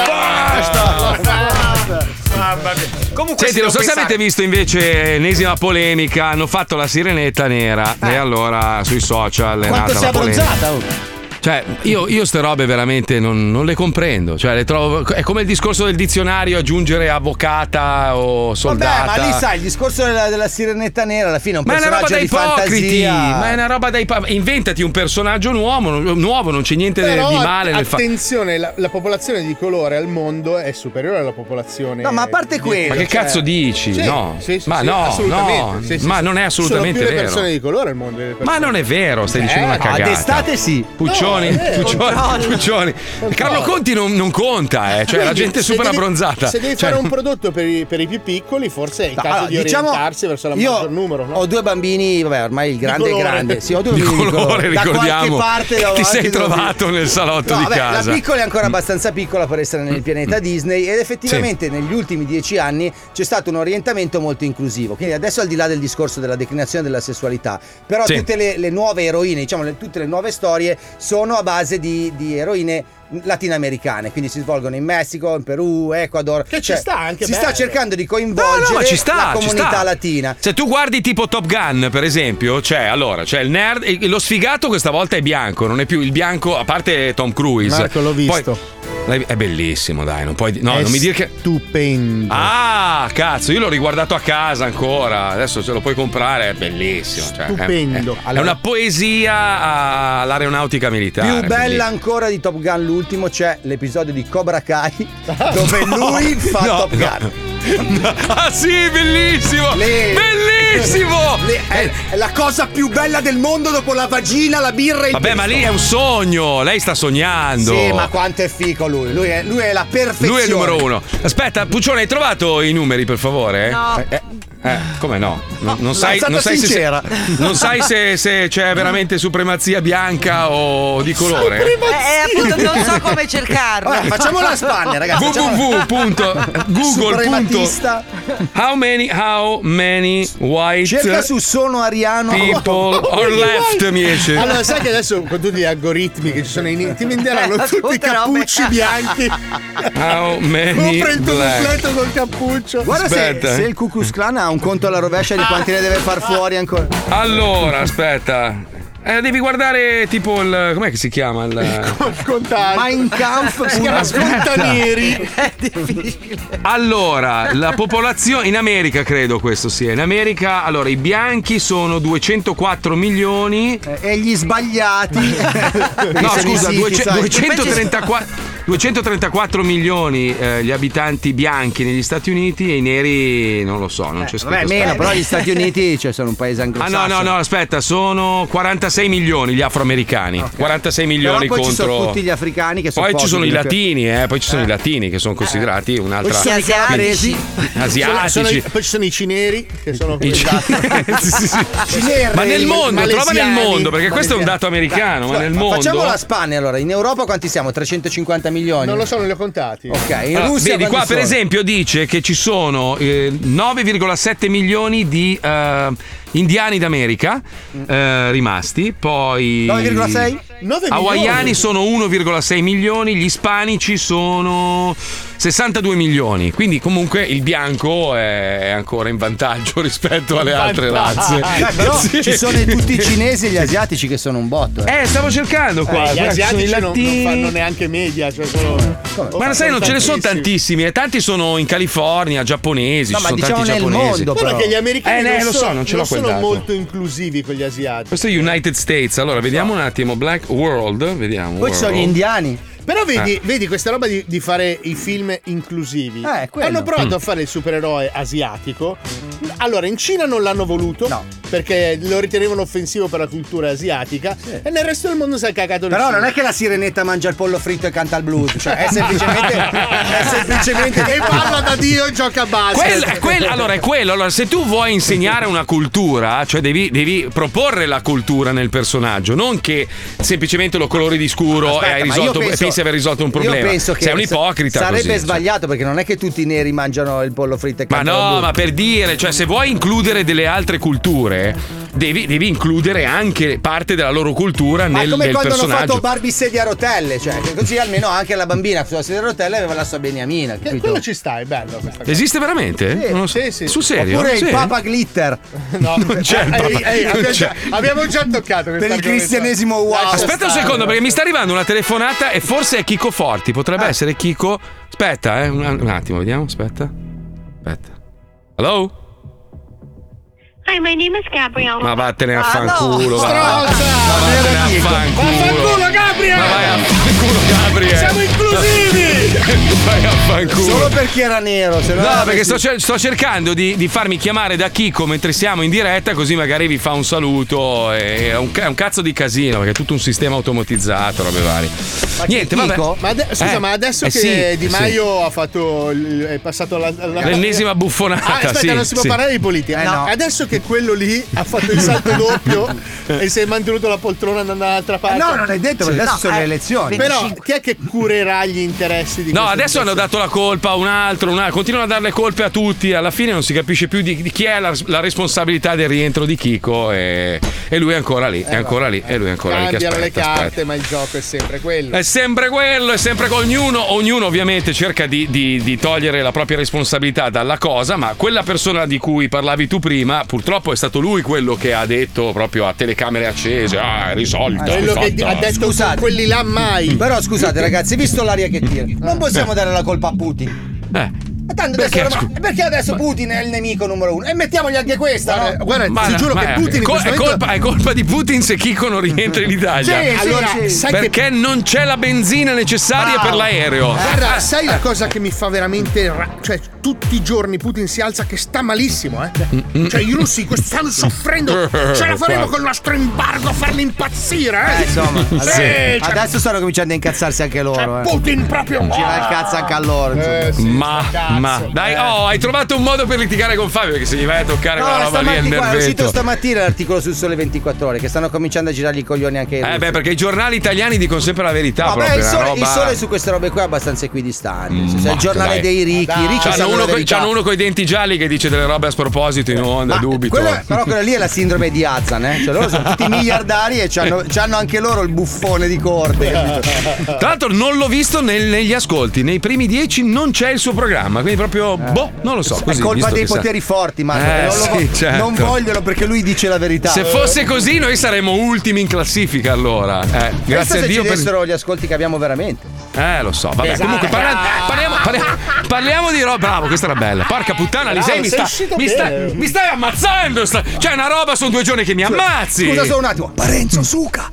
Mamma mia. Comunque senti, non so se avete visto invece ennesima polemica. Hanno fatto la sirenetta nera e allora sui social è Quanto nata sei la polemica. abbronzata? Cioè, io ste robe veramente non le comprendo. Cioè, le trovo. È come il discorso del dizionario, aggiungere avvocata o soldata. Vabbè, ma lì sai, il discorso della sirenetta nera alla fine è un personaggio di fantasia. Ma è una roba da ipocriti. Inventati un personaggio nuovo, non c'è niente di male nel fatto. Attenzione, la popolazione di colore al mondo è superiore alla popolazione. No, ma a parte quello. Ma che cazzo dici? Sì, no. sì, ma sì, no, assolutamente. no. Ma non è assolutamente sono più vero. le persone di colore al mondo. Ma non è vero, stai dicendo una cagata. D'estate sì. Puccioni. Carlo Conti non conta, cioè la gente è super abbronzata. Se devi fare un prodotto per i più piccoli, forse è il caso di orientarsi verso la maggior numero. No? Ho 2 bambini, vabbè, ormai il grande è grande. Sì, ho 2 bambini di colore, ricordiamo. Da qualche parte ti sei trovato nel salotto di casa. La piccola è ancora abbastanza piccola per essere nel pianeta Disney ed effettivamente negli ultimi 10 anni c'è stato un orientamento molto inclusivo. Quindi adesso, al di là del discorso della declinazione della sessualità, però tutte le nuove eroine, diciamo tutte le nuove storie sono a base di eroine latinoamericane, quindi si svolgono in Messico, in Perù, Ecuador. Che ci sta anche. Si sta cercando di coinvolgere la comunità latina. Se tu guardi tipo Top Gun, per esempio, c'è il nerd, lo sfigato questa volta è bianco, non è più il bianco, a parte Tom Cruise. Marco, l'ho visto. È bellissimo, dai, non mi dire che. Stupendo. Ah, cazzo, io l'ho riguardato a casa ancora. Adesso se lo puoi comprare, è bellissimo. Stupendo. È una poesia all'aeronautica militare. Più bella ancora di Top Gun, l'ultimo, c'è l'episodio di Cobra Kai dove lui fa Top Gun. Ah sì, bellissimo! Bellissimo! È la cosa più bella del mondo dopo la vagina, la birra e il Vabbè, ma lì è un sogno, lei sta sognando. Sì, ma quanto è fico lui è la perfezione. Lui è il numero 1. Aspetta, Puccione, hai trovato i numeri, per favore? No. Come no? Non sai se c'è veramente supremazia bianca o di colore. Appunto non so come cercarlo. Vabbè, facciamo la spanne, ragazzi. How many white cerca su sono ariano people are left, mi esce. Allora, sai che adesso con tutti gli algoritmi che ci sono ti venderanno tutti i cappucci bianchi. How many compra il tuo completo col cappuccio. Guarda se il Ku Klux Klan ha un conto alla rovescia di quanti ne deve far fuori ancora. Allora, aspetta. Devi guardare tipo il. Com'è che si chiama? Il Mein Kampf. Si chiama Scontanieri. È difficile. Allora, la popolazione in America, credo questo sia. In America, allora, i bianchi sono 204 milioni. E gli sbagliati. No, scusa, 234 milioni gli abitanti bianchi negli Stati Uniti e i neri non lo so, non c'è scritto. Vabbè, meno, però gli Stati Uniti sono un paese anglosassone. No, aspetta, sono 46 milioni gli afroamericani, okay. 46 milioni però poi contro. Ci sono tutti gli africani che sono poi ci sono i latini, poi ci sono i latini che sono considerati un'altra. Poi asiatici. Poi ci sono i cineri che sono ma nel mondo, trova nel mondo, perché questo è un dato americano, ma nel mondo. Facciamo la spanne allora. In Europa quanti siamo? 350 milioni? Non lo so, non li ho contati. Ok, in Russia vedi qua per esempio dice che ci sono 9,7 milioni di indiani d'America rimasti, poi 9,6? hawaiani sono 1,6 milioni, gli ispanici sono 62 milioni, quindi comunque il bianco è ancora in vantaggio rispetto alle altre razze. Però ci sono tutti i cinesi e gli asiatici che sono un botto. Stavo cercando qua. Gli asiatici non fanno neanche media, cioè solo. Ma sai, non ce ne sono tantissimi, e tanti sono in California, giapponesi, no, ci sono diciamo tanti nel giapponesi. mondo, però che gli americani non sono molto inclusivi con gli asiatici. Questo è United States. Allora, vediamo un attimo Black World, vediamo. Poi ci sono gli indiani. Però vedi questa roba di fare i film inclusivi. Hanno provato a fare il supereroe asiatico. Allora, in Cina non l'hanno voluto. No. Perché lo ritenevano offensivo per la cultura asiatica. Sì. E nel resto del mondo si è cagato. Però non è che la sirenetta mangia il pollo fritto e canta il blues. Cioè, è semplicemente e parla da Dio e gioca a basket. Allora, è quello. Allora, se tu vuoi insegnare una cultura, cioè devi proporre la cultura nel personaggio, non che semplicemente lo colori di scuro e hai risolto. Pensi aver risolto un problema. Io penso che sei un ipocrita. Sarebbe così, sbagliato, perché non è che tutti i neri mangiano il pollo fritto e ma no, ma per dire, Cioè, se vuoi includere delle altre culture, devi includere anche parte della loro cultura nel personaggio. Ma come quando hanno fatto Barbie sedia a rotelle, cioè che così almeno anche la bambina sulla sedia a rotelle aveva la sua beniamina. Quello ci sta, è bello questa cosa. Esiste veramente? Sì, Non lo so. sì. Sul serio? Oppure Sì. il Papa Glitter. No, non c'è il Papa. Abbiamo già toccato per il cristianesimo wow. Aspetta un secondo, perché mi sta arrivando una telefonata e forse è Chico Forti. Potrebbe essere Chico. Aspetta, un attimo, vediamo. Aspetta. Hello? Hi, my name is Gabrielle. Ma vattene a fanculo, va. Vattene a fanculo, Gabriel! Ma vai a fanculo, Gabriel! Siamo inclusivi! Vai a fanculo! Solo perché era nero, se no. No, perché sto cercando di farmi chiamare da Chico mentre siamo in diretta, così magari vi fa un saluto. È un cazzo di casino, perché è tutto un sistema automatizzato, robe varie. Niente, vabbè. Ma adesso che Di Maio ha fatto è passato l'ennesima buffonata. Aspetta, non si può parlare di politica. No. Adesso che quello lì ha fatto il salto doppio e si è mantenuto la poltrona andando dall'altra parte. No, non è detto, perché adesso sono le elezioni. Però chi è che curerà gli interessi di No, adesso hanno dato la colpa a un altro, continuano a dare le colpe a tutti. Alla fine non si capisce più di chi è la responsabilità del rientro di Chico e lui è ancora lì. È ancora lì. E lui è ancora lì. Cambiano le carte, ma il gioco è sempre quello. È sempre quello, è sempre con ognuno ovviamente cerca di togliere la propria responsabilità dalla cosa, ma quella persona di cui parlavi tu prima, purtroppo è stato lui quello che ha detto proprio a telecamere accese, risolto. Quello che ha detto, scusate, quelli là mai. Però scusate ragazzi, visto l'aria che tira, non possiamo dare la colpa a Putin. Tanto perché adesso Putin è il nemico numero uno? E mettiamogli anche questa, guarda, ti giuro che Putin è colpa di Putin se Chico non rientra in Italia. Sai perché non c'è la benzina necessaria per l'aereo. Guarda, sai la cosa che mi fa veramente cioè tutti i giorni Putin si alza che sta malissimo, Cioè i russi stanno soffrendo. Ce la faremo col nostro embargo a farli impazzire, insomma, adesso stanno cominciando a incazzarsi anche loro. Putin proprio gira il cazzo anche a loro. Ma dai, hai trovato un modo per litigare con Fabio, perché se gli vai a toccare quella roba lì è il nervetto. È uscito stamattina l'articolo sul Sole 24 Ore che stanno cominciando a girargli i coglioni anche i russi. Perché i giornali italiani dicono sempre la verità. Il Sole su queste robe qua è abbastanza equidistante. È il giornale dei ricchi. I ricchi c'hanno uno con i denti gialli che dice delle robe a sproposito in onda, dubito. Però quella lì è la sindrome di Azan, Cioè loro sono tutti miliardari e c'hanno anche loro il buffone di corte. Tra l'altro non l'ho visto negli ascolti, nei primi 10 non c'è il suo programma, quindi proprio non lo so. Così, è colpa dei poteri forti, Marco. Certo. Non vogliono perché lui dice la verità. Se fosse così noi saremmo ultimi in classifica allora. Grazie a Dio per gli ascolti che abbiamo veramente. Lo so, vabbè, comunque parliamo di roba. Bravo, questa era bella. Porca puttana, Lisei, mi stai ammazzando. Cioè, una roba, sono 2 giorni che mi ammazzi. Scusa solo un attimo. Parenzo, suca.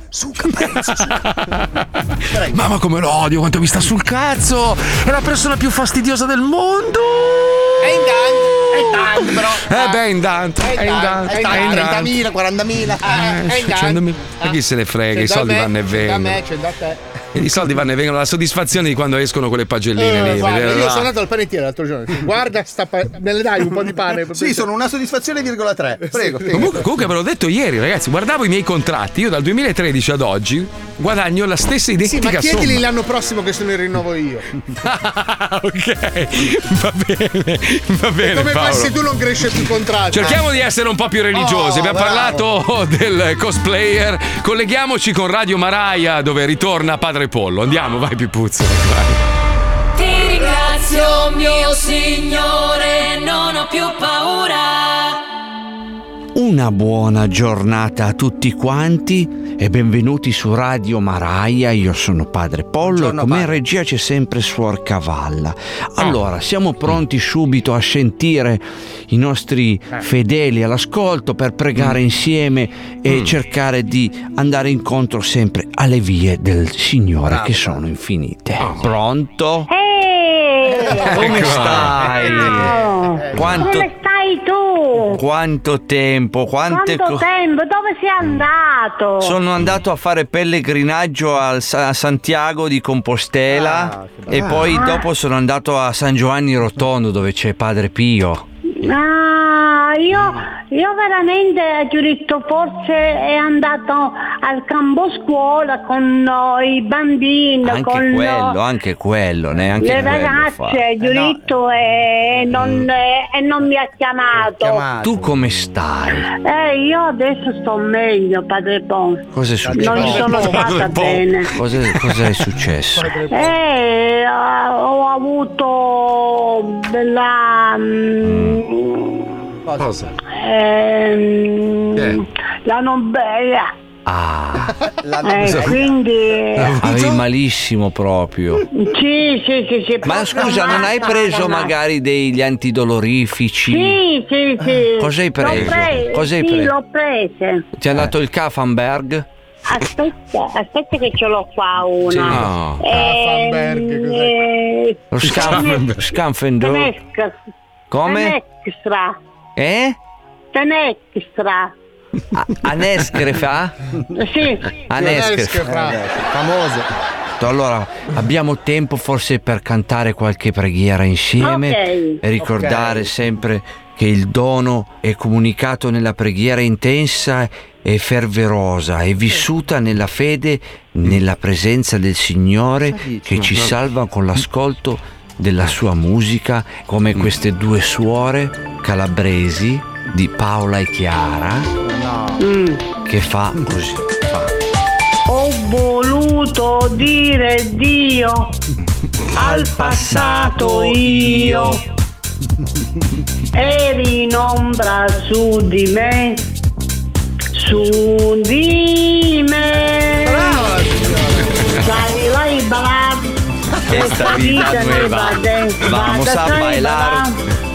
Mamma come lo odio, quanto mi sta sul cazzo. È la persona più fastidiosa del mondo. È in Dan, bro. È in Dan. 30.000, 40.000. È in Dan. Ma chi se ne frega, i soldi vanno e vengono. Da me, c'è da te. I soldi vanno e vengono, la soddisfazione di quando escono quelle pagelline lì. Guarda, io sono andato al panettiere l'altro giorno. Guarda, me le dai un po' di pane? Sì, sono una soddisfazione, 3. Prego. Comunque ve l'ho detto ieri, ragazzi, guardavo i miei contratti. Io dal 2013 ad oggi guadagno la stessa identica somma. Sì, ma chiedili l'anno prossimo che se ne rinnovo io. Ok, va bene. Come Paolo. se tu non cresci più contratti. Cerchiamo di essere un po' più religiosi. Abbiamo parlato del cosplayer. Colleghiamoci con Radio Maraia, dove ritorna Padre Pollo. Andiamo, vai Pipuzzo. Ti ringrazio, mio Signore, non ho più paura. Una buona giornata a tutti quanti e benvenuti su Radio Maraia. Io sono Padre Pollo e come in regia c'è sempre Suor Cavalla. Allora, siamo pronti subito a sentire i nostri fedeli all'ascolto per pregare insieme e cercare di andare incontro sempre alle vie del Signore che sono infinite. Pronto? Come stai? Come stai tu? Quanto tempo? Quanto tempo? Dove sei andato? Sono andato a fare pellegrinaggio a Santiago di Compostela e poi dopo sono andato a San Giovanni Rotondo dove c'è Padre Pio. io veramente, giuritto, forse è andato al campo scuola con i bambini, Anche quello, neanche le quello ragazze, giuritto, e non mi ha chiamato. Tu come stai? Io adesso sto meglio, padre Pon. Cosa è successo? Non sono stata bene. Cosa è successo? Ho avuto della Cosa? la non bella. Quindi avevi malissimo proprio. Sì. Ma scusa, non hai preso magari degli antidolorifici? Sì. Cosa hai preso? Sì, l'ho preso. Ti ha dato il Kaffenberg? Aspetta che ce l'ho qua una. Sì, no. Lo Scanfendor. Come? Tenextra. Anescrefa? Sì. Anescrefa. Famoso. Allora, abbiamo tempo forse per cantare qualche preghiera insieme e ricordare sempre che il dono è comunicato nella preghiera intensa e fervorosa e vissuta nella fede, nella presenza del Signore che ci salva con l'ascolto della sua musica, come queste due suore calabresi di Paola e Chiara che fa così. Ho voluto dire Dio al passato io, eri in ombra su di me. Sai, vai bailar esta vida nueva, vamos a bailar.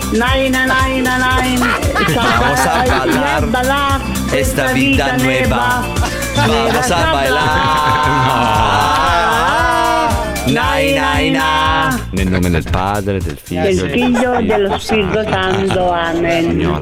Vamos a bailar esta vida nueva. Vamos a bailar. Na. Nel nome del Padre, del Figlio e dello Spirito Santo. Amen. Signore.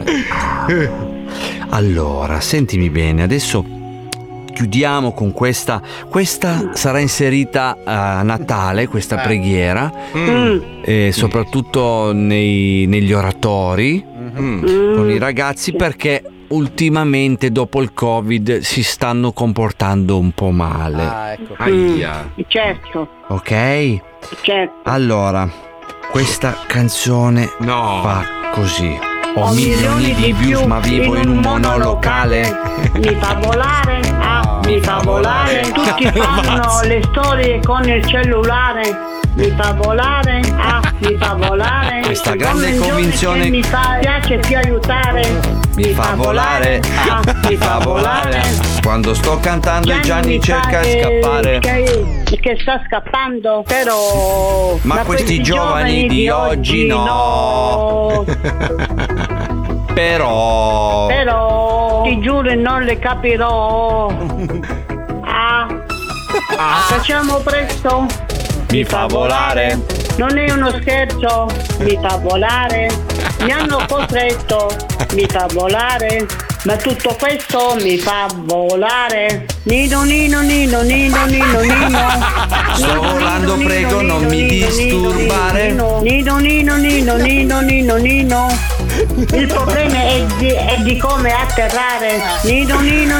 Allora, sentimi bene, adesso chiudiamo con questa sarà inserita a Natale, questa preghiera, soprattutto negli oratori con i ragazzi, perché ultimamente dopo il Covid si stanno comportando un po' male. Certo. Ok? Certo. Allora, questa canzone fa così. Ho milioni di views ma vivo in un monolocale. Mi fa volare, mi fa volare. Tutti fanno le storie con il cellulare. Mi fa volare, mi fa volare. Questa grande convinzione mi piace più aiutare. Mi fa volare, mi fa volare. Quando sto cantando e Gianni cerca di scappare. Che sta scappando, però. Ma questi giovani di oggi no. Però ti giuro non le capirò. Facciamo presto. Mi fa volare. Non è uno scherzo. Mi fa volare. Mi hanno costretto. Mi fa volare. Ma tutto questo mi fa volare. Nino. Sto volando, prego, non mi disturbare. Nino. Il problema è di come atterrare. Nino.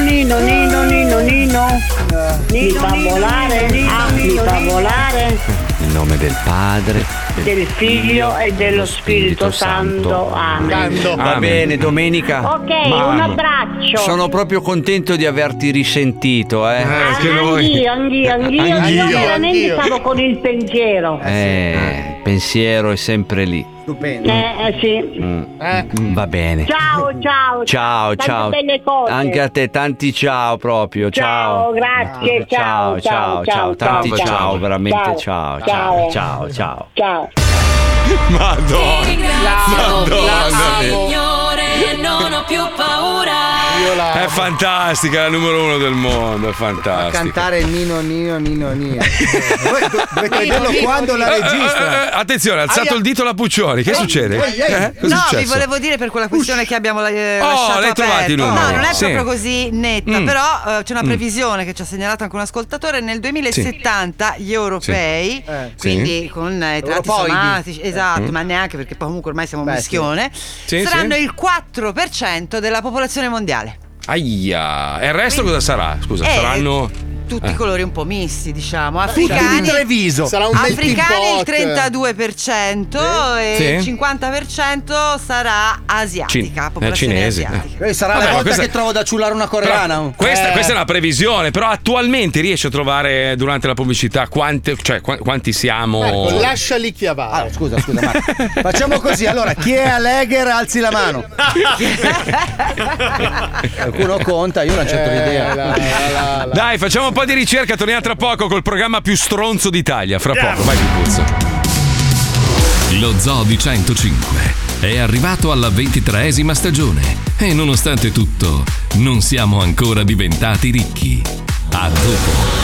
Mi fa volare. Mi fa volare. Nel nome del Padre, del Figlio e dello Spirito Santo. Amen. Va bene, Domenica. Ok, un abbraccio. Sono proprio contento di averti risentito, Anch'io. Veramente stavo con il pensiero. Il pensiero è sempre lì. Stupendo. Sì. Va bene. Ciao. Ciao. Belle cose. Anche a te, tanti ciao proprio. Ciao. Grazie. Ciao. Tanti ciao, veramente ciao. Madonna. Signore, non ho più paura. È fantastica, la numero 1 del mondo, è fantastica. A cantare il Nino Nia. Dovete vederlo quando la registra. Attenzione, ha alzato il dito la Puccioni. Che succede? No, vi volevo dire per quella questione che abbiamo lasciato l'hai trovato il numero. No, non è proprio così netta, però c'è una previsione che ci ha segnalato anche un ascoltatore. Nel 2070 gli europei, quindi con i tratti somatici, esatto, ma neanche perché poi comunque ormai siamo un mischione, saranno il 4% della popolazione mondiale. Aia, e il resto cosa sarà? Scusa, saranno tutti colori un po' misti, diciamo. Africani, sarà un africani il 32% e il 50% sarà asiatica, popolazione asiatica. Sarà la volta che trovo da ciullare una coreana. Questa è una previsione, però attualmente riesci a trovare durante la pubblicità quanti siamo? Lasciali chiavare. Scusa, Marco. Facciamo così, allora, chi è Allegher alzi la mano. Qualcuno conta, io non ho certo l'idea. Dai, facciamo un po' di ricerca, torniamo tra poco col programma più stronzo d'Italia. Fra poco, vai Pipuzzo. Lo Zoo di 105 è arrivato alla 23esima stagione e nonostante tutto non siamo ancora diventati ricchi. A dopo.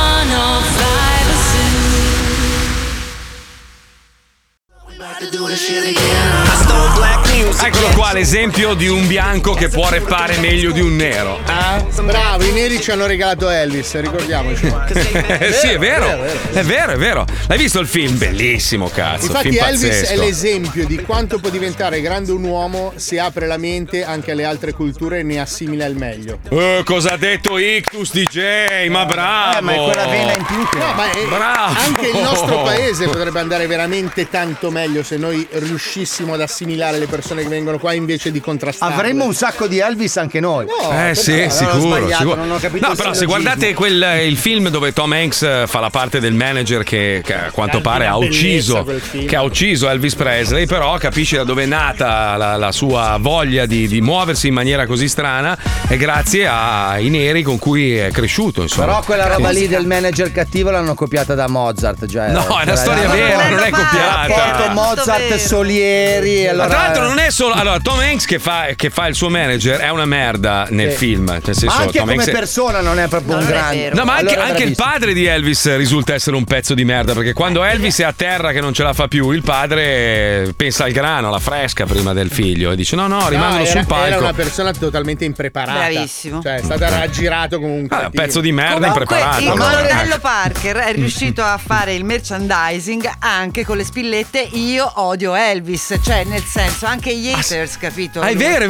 Eccolo qua l'esempio di un bianco che può reppare meglio di un nero. Bravo, i neri ci hanno regalato Elvis, ricordiamoci. Sì, è vero. L'hai visto il film? Bellissimo, cazzo. Infatti film Elvis pazzesco. è l'esempio di quanto può diventare grande un uomo se apre la mente anche alle altre culture e ne assimila il meglio. Cosa ha detto Ictus DJ? Ma bravo! Ma è quella vena in più che... bravo! Anche il nostro paese potrebbe andare veramente tanto meglio se noi riuscissimo ad assimilare le persone che vengono qua invece di contrastare. Avremmo un sacco di Elvis anche noi. Sì, sicuro. Non ho capito. No, però se guardate il film dove Tom Hanks fa la parte del manager che a quanto pare ha ucciso Elvis Presley, però capisci da dove è nata la sua voglia di muoversi in maniera così strana, è grazie ai neri con cui è cresciuto, insomma. Però quella roba lì del manager cattivo l'hanno copiata da Mozart, no, è una storia vera, non è copiata. Mozart, Solieri. Ma tra l'altro non è solo. Allora, Tom Hanks che fa il suo manager è una merda nel film. Nel senso, ma anche Tom come Hanks persona non è proprio un grande. No, ma anche il padre di Elvis risulta essere un pezzo di merda. Perché quando Elvis è a terra che non ce la fa più, il padre pensa al grano, alla fresca prima del figlio. E dice: no, rimangono sul palco. Era una persona totalmente impreparata. Bravissimo. Cioè, è stata raggirato comunque. Un pezzo di merda impreparato. Il colonnello Parker è riuscito a fare il merchandising anche con le spillette Io odio Elvis, cioè nel senso anche gli haters, capito? È vero.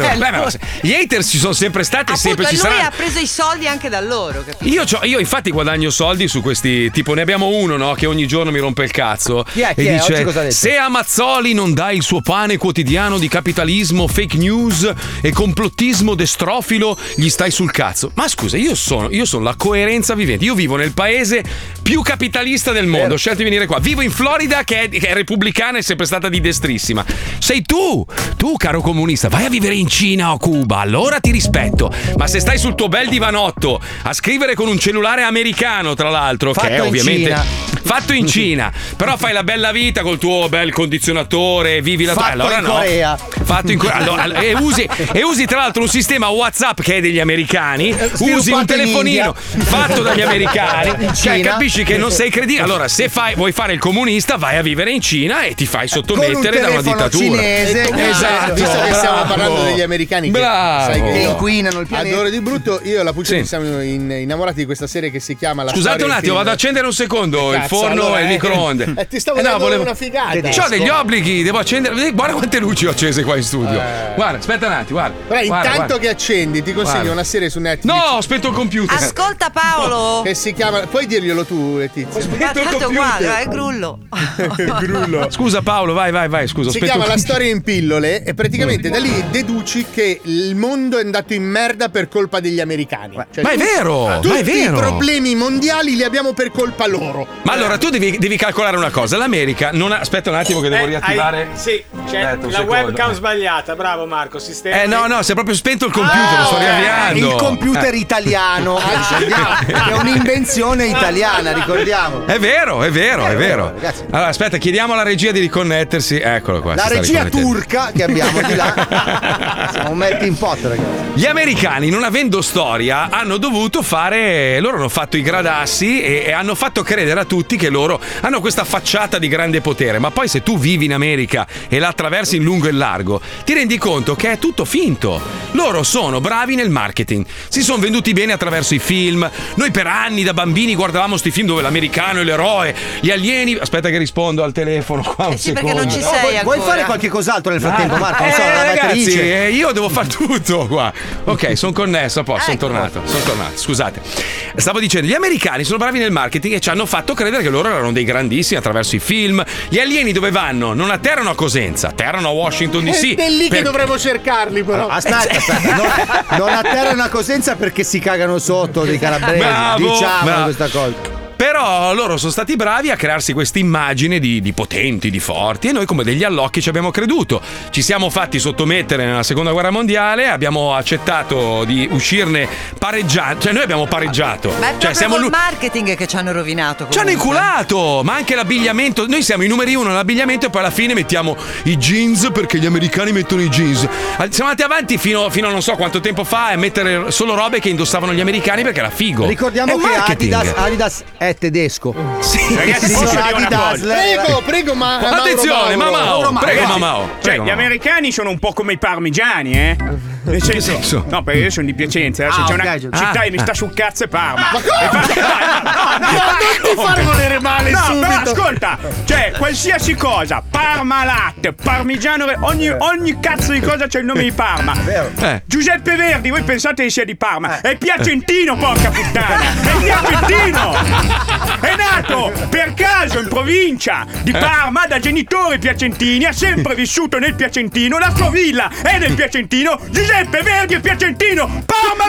Gli haters ci sono sempre stati e sempre ci saranno. Lui ha preso i soldi anche da loro, capito? Io infatti guadagno soldi su questi, tipo ne abbiamo uno, no, che ogni giorno mi rompe il cazzo e dice: se a Mazzoli non dai il suo pane quotidiano di capitalismo, fake news e complottismo destrofilo, gli stai sul cazzo. Ma scusa, io sono la coerenza vivente. Io vivo nel paese più capitalista del mondo. Ho scelto di venire qua. Vivo in Florida che è repubblicana e sempre stata di destrissima. Sei tu, caro comunista, vai a vivere in Cina o Cuba, allora ti rispetto. Ma se stai sul tuo bel divanotto a scrivere con un cellulare americano, tra l'altro, fatto che è ovviamente fatto in Cina, però fai la bella vita col tuo bel condizionatore, vivi la tua. Allora in Corea. Fatto in Corea. E usi tra l'altro un sistema WhatsApp che è degli americani, usi un telefonino fatto dagli americani, cioè capisci che non sei credibile. Allora, se vuoi fare il comunista, vai a vivere in Cina e ti fai sottomettere da una dittatura. Esatto. Visto che stiamo parlando degli americani che sai che inquinano il pianeta. Adoro di brutto, io e la Puccioni siamo innamorati di questa serie che si chiama La Scusate un attimo, vado ad accendere un secondo il forno e il microonde. Ti stavo dando una figata. C'ho degli obblighi, devo accendere. Guarda quante luci ho accese qua in studio. Guarda, aspetta un attimo, guarda. Intanto che accendi, ti consiglio una serie su Netflix. No, ho spento il computer. Ascolta Paolo. Che si chiama. Puoi dirglielo tu, Letizia. Tanto guarda, è Grullo. Scusa Paolo, vai, scusa. Si chiama La storia in pillole e praticamente da lì deduci che il mondo è andato in merda per colpa degli americani. Cioè, ma è vero, tutti i problemi mondiali li abbiamo per colpa loro. Ma Allora, tu devi calcolare una cosa. L'America non ha... Aspetta un attimo che devo riattivare. Sì, c'è la webcam sbagliata. Bravo Marco, sistema. No, si è proprio spento il computer, lo sto riavviando. Il computer italiano, che è un'invenzione italiana, ricordiamo. È vero. Allora, aspetta, chiediamo alla regia di riconnettersi. Eccolo qua. La regia turca che abbiamo di là. Siamo metti in pot, ragazzi. Gli americani, non avendo storia, hanno dovuto fare. Loro hanno fatto i gradassi e hanno fatto credere a tutti che loro hanno questa facciata di grande potere. Ma poi, se tu vivi in America e la attraversi in lungo e largo, ti rendi conto che è tutto finto. Loro sono bravi nel marketing, si sono venduti bene attraverso i film. Noi per anni da bambini guardavamo sti film dove l'americano è l'eroe, gli alieni. Aspetta che rispondo al telefono qua un sì, secondo. perché non ci sei ancora. Vuoi fare qualche cos'altro nel frattempo, Marco? Non so, la ragazzi, io devo fare tutto qua. Ok, sono connesso, a posto, sono tornato. Scusate. Stavo dicendo, gli americani sono bravi nel marketing e ci hanno fatto credere che loro erano dei grandissimi attraverso i film. Gli alieni dove vanno? Non atterrano a Cosenza, atterrano a Washington DC. È lì che dovremmo cercarli, però. Aspetta. Non atterrano a Cosenza perché si cagano sotto dei calabresi. Diciamo questa cosa. Però loro sono stati bravi a crearsi questa immagine di potenti, di forti, e noi come degli allocchi ci abbiamo creduto. Ci siamo fatti sottomettere nella seconda guerra mondiale, abbiamo accettato di uscirne pareggiando, cioè noi abbiamo pareggiato. Ma è proprio siamo il marketing che ci hanno rovinato. Ci hanno inculato, ma anche l'abbigliamento. Noi siamo i numeri uno nell'abbigliamento e poi alla fine mettiamo i jeans perché gli americani mettono i jeans. Siamo andati avanti fino a non so quanto tempo fa a mettere solo robe che indossavano gli americani perché era figo. Ricordiamo che Adidas è tedesco. Sì, ragazzi, posso dire una cosa? Prego, ma attenzione, Mamao. Gli americani sono un po' come i parmigiani, eh? Nel senso? No, perché io sono di Piacenza. Se c'è una città che mi sta sul cazzo è Parma. Ma come? Non ti far volere male subito. Però ascolta, cioè qualsiasi cosa, Parmalat, Parmigiano, ogni cazzo di cosa c'è il nome di Parma. Giuseppe Verdi, voi pensate che sia di Parma? È piacentino, porca puttana. È piacentino. È nato per caso in provincia di Parma da genitori piacentini, ha sempre vissuto nel Piacentino, la sua villa è nel Piacentino. Giuseppe Verdi è piacentino. Parma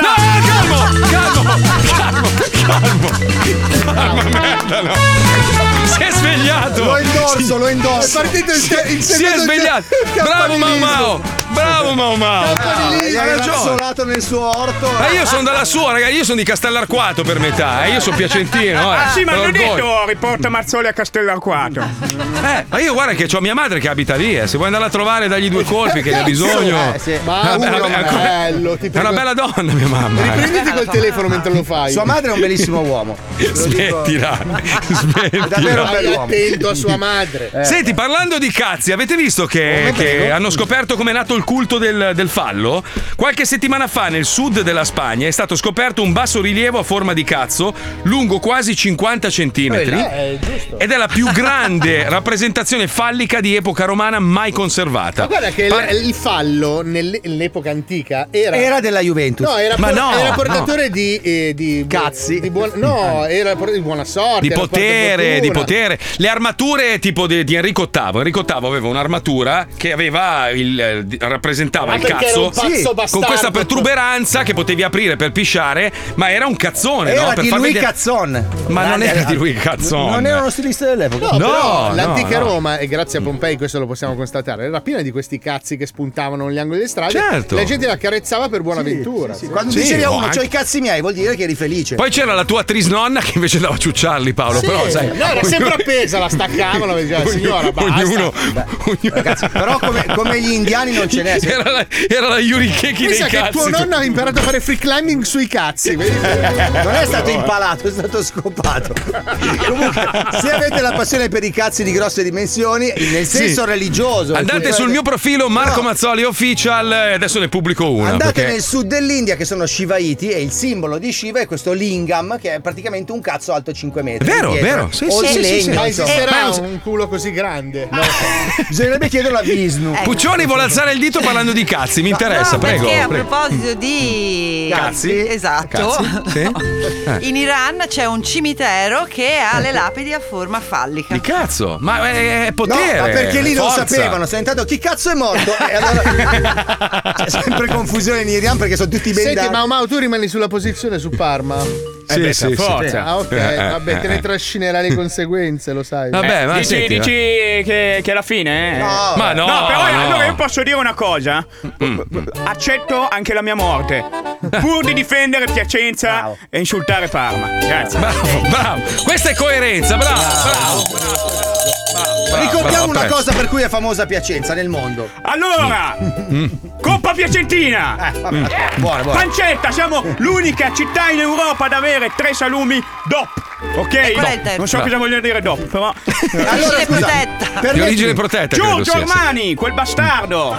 merda! Calmo. Parma merda, no. Si è svegliato. Lo indosso. È partito si è svegliato. Bravo Mau. Ha ragione. Nel suo orto. Ma io sono dalla sua, ragazzi. Io sono di Castellarquato per metà. Io sono piacentino. Sì, ma hanno detto riporta Mazzoli a Castellarquato. Ma io guarda che ho mia madre che abita lì. Se vuoi andarla a trovare, dagli 2 colpi che ne ha bisogno. Ma bello, è una bella donna, mia mamma. Riprenditi col telefono mentre lo fai. Sua madre è un bellissimo uomo. Smettila. Davvero un bell'uomo. Attento a sua madre. Senti, parlando di cazzi, avete visto che hanno scoperto come è nato il culto del fallo? Qualche settimana fa nel sud della Spagna è stato scoperto un bassorilievo a forma di cazzo lungo quasi 50 centimetri ed è la più grande rappresentazione fallica di epoca romana mai conservata. Ma guarda che il fallo nell'epoca antica era della Juventus. No, era portatore di cazzi. Era di buona sorte. Di potere. Le armature tipo di Enrico VIII. Enrico VIII aveva un'armatura che aveva rappresentava il cazzo con questa protuberanza che potevi aprire per pisciare, ma era un cazzone, era per di lui Cazzon. Ma non era di lui Cazzon. Non era uno stilista dell'epoca. No, l'antica Roma, e grazie a Pompei questo lo possiamo constatare, era piena di questi cazzi che spuntavano negli angoli delle strade. Certo. La gente la carezzava per buona ventura. Quando dicevi a uno c'ho i cazzi miei, vuol dire che eri felice. Poi c'era la tua trisnonna che invece andava a ciucciarli, Paolo. Però sai, era sempre appesa, la staccavano, diceva signora basta. Ragazzi, però come gli indiani non ce n'è. Era la Yurikeki dei cazzi. Che tuo nonno ha imparato a fare free climbing sui cazzi. Non è stato impalato, è stato scopato. Comunque, se avete la passione per i cazzi di grosse dimensioni, nel senso religioso, andate sul mio profilo Marco Mazzoli Official, adesso ne pubblico una. Andate nel sud dell'India che sono Shivaiti e il simbolo di Shiva è questo lingam che è praticamente un cazzo alto 5 metri. Vero. Sì. Ma esisterà un culo così grande? No. Bisognerebbe chiederlo a Vishnu. Puccioni vuole alzare il dito parlando di cazzi, mi interessa, prego. Perché a proposito di cazzi, esatto. Sì? In Iran c'è un cimitero che ha le lapidi a forma fallica. Di cazzo? Ma è potere. No, ma perché lì non forza. sapevano, sono entrato chi cazzo è morto? E allora c'è sempre confusione in Iran perché sono tutti ben Senti, Mau, tu rimani sulla posizione su Parma. forza. Ah, ok, vabbè, te ne trascinerai le conseguenze, lo sai. Vabbè, ma dici che alla fine, No, ma no, però no. allora io posso dire una cosa. Accetto anche la mia morte, pur di difendere Piacenza e insultare Parma. Grazie. Bravo. Questa è coerenza, bravo. Ricordiamo una cosa per cui è famosa Piacenza nel mondo. Allora, Coppa Piacentina. Buona. Pancetta, siamo l'unica città in Europa ad avere 3 salumi DOP. Ok? qual è il terzo? Non so cosa voglio dire DOP, però. Allora, Origine protetta. Di origine protetta. Giorgio Armani, quel bastardo.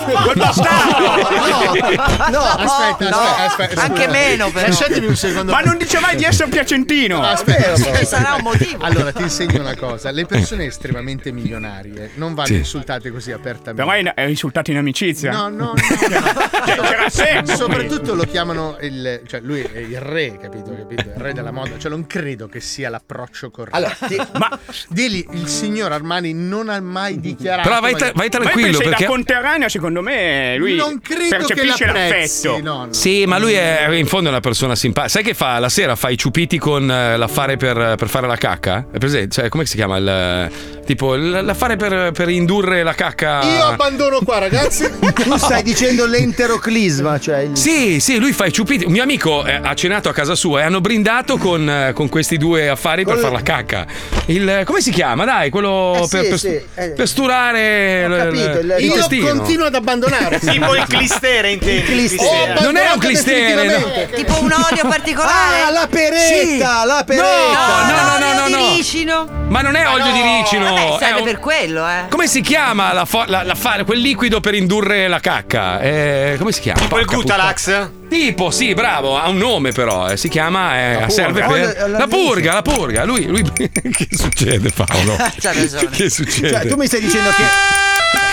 No, aspetta. Anche meno, però. Lasciatemi un secondo. Ma non dice mai di essere piacentino. Aspetta. Ci sarà un motivo. Allora ti insegno una cosa: le persone estremamente milionarie non vanno insultate così apertamente. Però è insultato in amicizia. No. C'era sesso. Soprattutto lo chiamano cioè lui è il re, capito? Il re della moda. Cioè non credo che sia l'approccio corretto. Allora, ma Dili, il signor Armani non ha mai dichiarato. Però vai tranquillo, perché da conterraneo, secondo me lui non credo percepisce che l'affetto. No. Sì, ma lui è in fondo una persona simpatica. Sai che fa? La sera fa i ciupiti con l'affare per fare la cacca? È presente? Cioè, come si chiama? L'affare per indurre la cacca. Io abbandono qua, ragazzi. Tu stai dicendo l'enteroclisma, cioè Sì, lui fa i ciupiti. Un mio amico ha cenato a casa sua e hanno brindato con questi due affari per fare la cacca. Come si chiama? Dai, quello per sturare Io continuo ad abbandonare. Tipo il clistere, intendi? Non è un clistere, tipo un olio particolare. Ah, la peretta, la peretta. No, di ricino. Ma non è olio di ricino. Vabbè, serve per quello, Come si chiama l'affare, quel liquido per indurre la cacca? Come si chiama? Tipo il Gutalax? Tipo, sì, bravo, ha un nome però, si chiama serve per la purga. Lui che succede, Paolo? C'ha ragione. Che succede? Cioè, tu mi stai dicendo che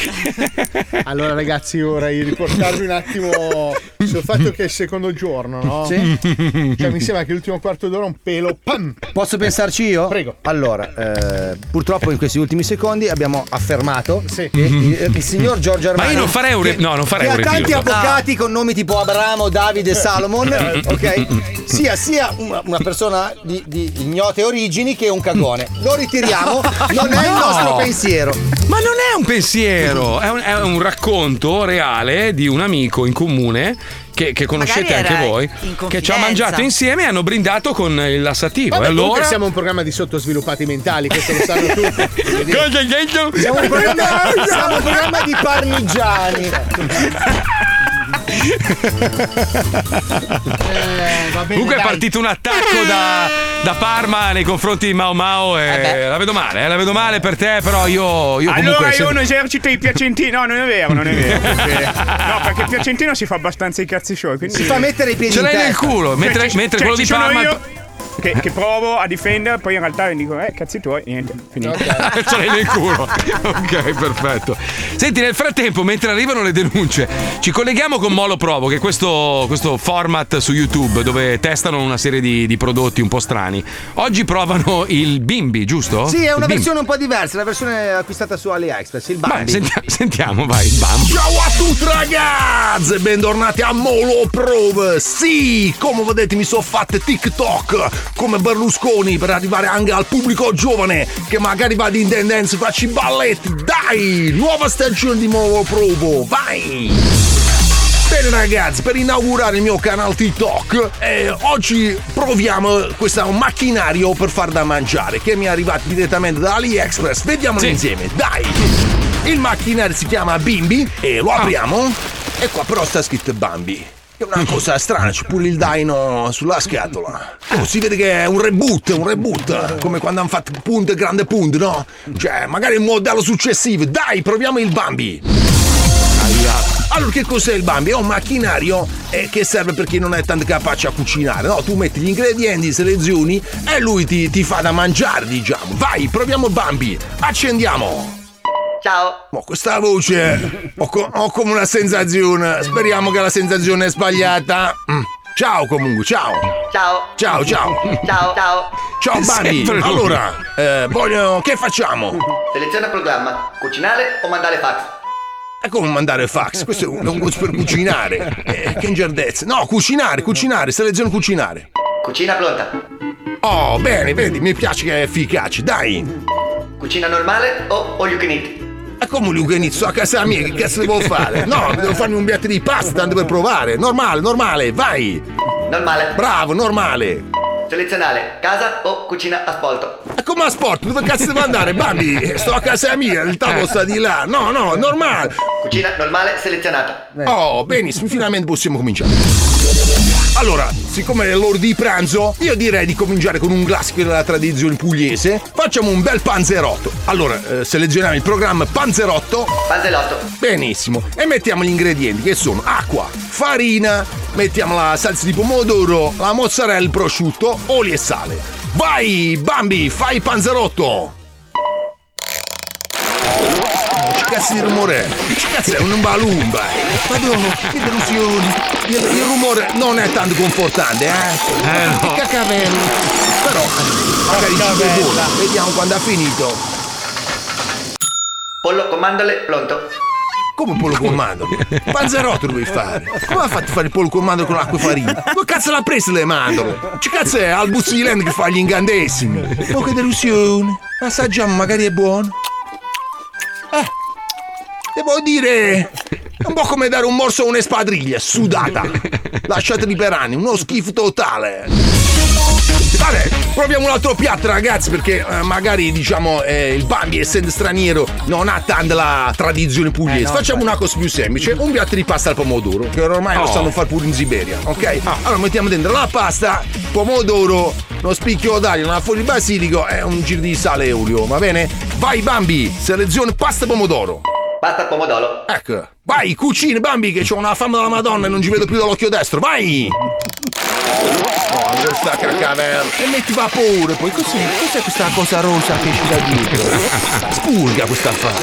allora ragazzi, io vorrei riportarvi un attimo sul fatto che è il secondo giorno, no? Sì. Cioè mi sembra che l'ultimo quarto d'ora un pelo Posso pensarci io? Prego. Allora, purtroppo in questi ultimi secondi abbiamo affermato che il signor Giorgio Armani, ma io non farei un che ha tanti avvocati con nomi tipo Abramo, Davide e Salomon, ok? Sia una persona di ignote origini che un cagone. Lo ritiriamo, non è il nostro pensiero. Ma non è un pensiero, è un racconto reale di un amico in comune che conoscete anche voi, che ci ha mangiato insieme e hanno brindato con il lassativo. Vabbè, e allora siamo un programma di sottosviluppati mentali, questo lo sanno tutti. Siamo un programma di parmigiani. Comunque è partito un attacco da Parma nei confronti di Mau Mau e la vedo male per te, però io allora comunque io un esercito di Piacentino. No, non è vero perché Piacentino si fa abbastanza i cazzi suoi, quindi si fa mettere i piedi in ce l'hai nel testa. culo, mentre quello di Parma io che provo a difendere, poi in realtà dico cazzi tuoi, niente, finito. Ce l'hai nel culo. Ok, perfetto. Senti, nel frattempo, mentre arrivano le denunce, ci colleghiamo con Molo Provo, che è questo format su YouTube dove testano una serie di prodotti un po' strani. Oggi provano il Bimbi, giusto? Sì, è una versione un po' diversa, la versione acquistata su AliExpress, il Bambi. Sentiamo, vai, il Bambi. Ciao a tutti ragazzi, bentornati a Molo Provo. Sì, come vedete mi sono fatte TikTok come Berlusconi per arrivare anche al pubblico giovane che magari va in tendenza, facci balletti. Dai, nuova stagione di Molo Provo, vai! Bene ragazzi, per inaugurare il mio canale TikTok oggi proviamo questo macchinario per far da mangiare che mi è arrivato direttamente da AliExpress. Vediamolo insieme, dai! Il macchinario si chiama Bimbi e lo apriamo e qua però sta scritto Bambi. È una cosa strana, c'è pure il dino sulla scatola. Si vede che è un reboot, come quando hanno fatto punte, grande punte, no? Cioè, magari un modello successivo. Dai, proviamo il Bambi. Allora, che cos'è il Bambi? È un macchinario che serve per chi non è tanto capace a cucinare, no? Tu metti gli ingredienti, selezioni e lui ti fa da mangiare, diciamo. Vai, proviamo Bambi. Accendiamo. Ciao. Ma questa voce ho come una sensazione. Speriamo che la sensazione è sbagliata. Ciao comunque, ciao. Ciao. Ciao Bambi. Allora, che facciamo? Seleziona programma. Cucinare o mandare fax? È come mandare fax, questo è un coso per cucinare. Che ingerdezza. No, cucinare, seleziono cucinare. Cucina pronta. Oh, bene, vedi, mi piace che è efficace, dai. Cucina normale o all you can eat? Ma come all you can eat? Sto a casa mia, che cazzo devo fare? No, devo farmi un piatto di pasta tanto per provare. Normale, vai. Normale. Bravo, normale. Selezionare, casa o cucina a spolto? Ma come a sport? Dove cazzo devo andare? Bambi, sto a casa mia, il tavolo sta di là. No, normale. Cucina normale selezionata. Oh, benissimo, finalmente possiamo cominciare. Allora, siccome è l'ora di pranzo, io direi di cominciare con un classico della tradizione pugliese. Facciamo un bel panzerotto. Allora, selezioniamo il programma panzerotto. Panzerotto. Benissimo. E mettiamo gli ingredienti che sono acqua, farina, mettiamo la salsa di pomodoro, la mozzarella, il prosciutto, olio e sale. Vai, Bambi, fai il panzerotto. Che cazzo di rumore è? Che cazzo è? Un balumba? Madonna, che delusione. Il rumore non è tanto confortante, no. Che cacavello. Però, magari ci è buono. Vediamo quando ha finito. Pollo con mandorle pronto. Come pollo con mandorle? Panzerotto dovevi fare. Come ha fatto fare il pollo con mandorle con l'acqua e farina? Dove cazzo l'ha preso le mandorle? Che cazzo è? Al Buzzilend che fa gli incantesimi. Oh, che delusione. Assaggiamo, magari è buono. Devo dire, è un po' come dare un morso a un'espadriglia sudata, lasciateli per anni, uno schifo totale. Vabbè, proviamo un altro piatto, ragazzi, perché magari diciamo il Bambi, essendo straniero, non ha tanta la tradizione pugliese. Facciamo una cosa più semplice, un piatto di pasta al pomodoro, che ormai lo sanno fare pure in Siberia, ok? Allora mettiamo dentro la pasta, pomodoro, uno spicchio d'aglio, una foglia di basilico e un giro di sale e olio, va bene? Vai Bambi, selezione pasta pomodoro. Pasta pomodoro. Ecco, vai, cucina Bambi, che c'ho una fame della Madonna e non ci vedo più dall'occhio destro, vai! Oh, questa cacavella. E metti vapore, poi cos'è questa cosa rosa che esce da dietro? Spurga questa affare.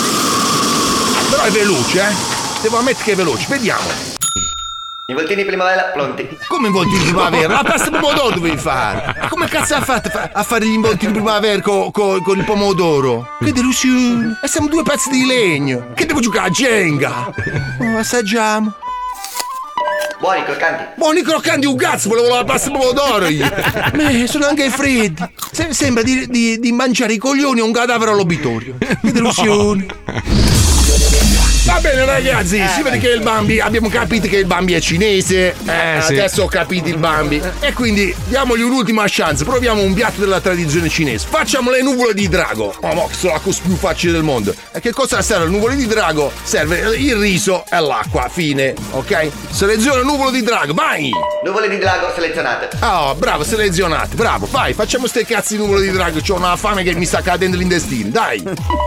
Però è veloce, Devo ammettere che è veloce, vediamo. Involtini primavera pronti. Come involtini primavera? La pasta pomodoro dovevi fare. Ma come cazzo ha fatto a fare gli involtini primavera con il pomodoro? Che delusione. E siamo due pezzi di legno. Che devo giocare a Jenga? Oh, assaggiamo. Buoni croccanti. Buoni croccanti un cazzo, volevo la pasta pomodoro io. Sono anche freddi. Sembra di mangiare i coglioni a un cadavere all'obitorio. Che delusione. Va bene ragazzi, si vede che il Bambi, abbiamo capito che il Bambi è cinese, adesso ho capito il Bambi e quindi diamogli un'ultima chance, proviamo un piatto della tradizione cinese, facciamo le nuvole di drago. Oh, che sono la cosa più facile del mondo. E che cosa serve? Le nuvole di drago serve il riso e l'acqua, fine, ok? Seleziona nuvole di drago, vai! Nuvole di drago selezionate. Oh, bravo, selezionate, bravo, vai, facciamo ste cazzi di nuvole di drago, c'ho una fame che mi sta cadendo l'intestino, dai!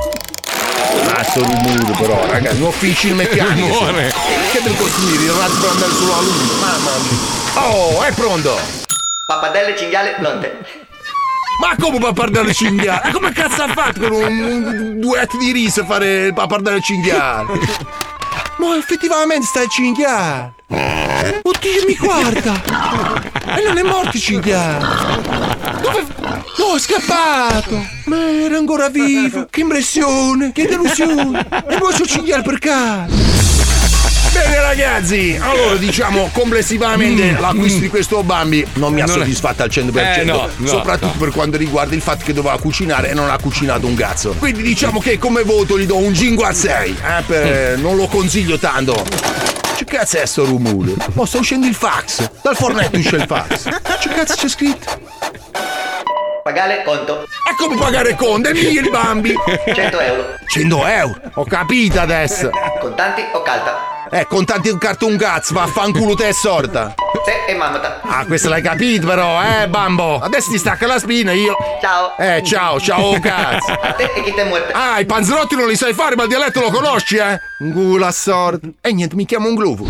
Mazzo rumore però, ragazzi, un'officina meccanica. Che devo costruire? Il razzo per andare sulla luna, mamma mia. Oh, è pronto! Pappardelle e cinghiale pronte. Ma come pappardelle e cinghiale? Come cazzo ha fatto con un duetto di riso a fare il pappardelle e cinghiale? Ma effettivamente sta il cinghiale. Oddio, mi guarda! E non è morto il cinghiale! Dove? No, è scappato! Ma era ancora vivo! Che impressione! Che delusione! E poi c'ho cinghiale per caso! Bene ragazzi, allora diciamo complessivamente l'acquisto di questo Bambi non mi ha soddisfatto al 100%, soprattutto per quanto riguarda il fatto che doveva cucinare e non ha cucinato un cazzo. Quindi diciamo che come voto gli do un 5 a 6, non lo consiglio tanto. Che cazzo è sto rumore? Oh, sta uscendo il fax, dal fornetto usce il fax. Che cazzo c'è scritto? Pagare conto. E come pagare conto? È mio il Bambi! 100 euro. 100 euro? Ho capito adesso. Contanti o carta? Contanti un carta un cazzo, vaffanculo te è sorda. Te e mammata. Ah, questo l'hai capito però, Bambo. Adesso ti stacca la spina io. Ciao. Ciao cazzo. A te e chi te muore. Ah, i panzerotti non li sai fare, ma il dialetto lo conosci, Un culo a sorda. E niente, mi chiamo un globo.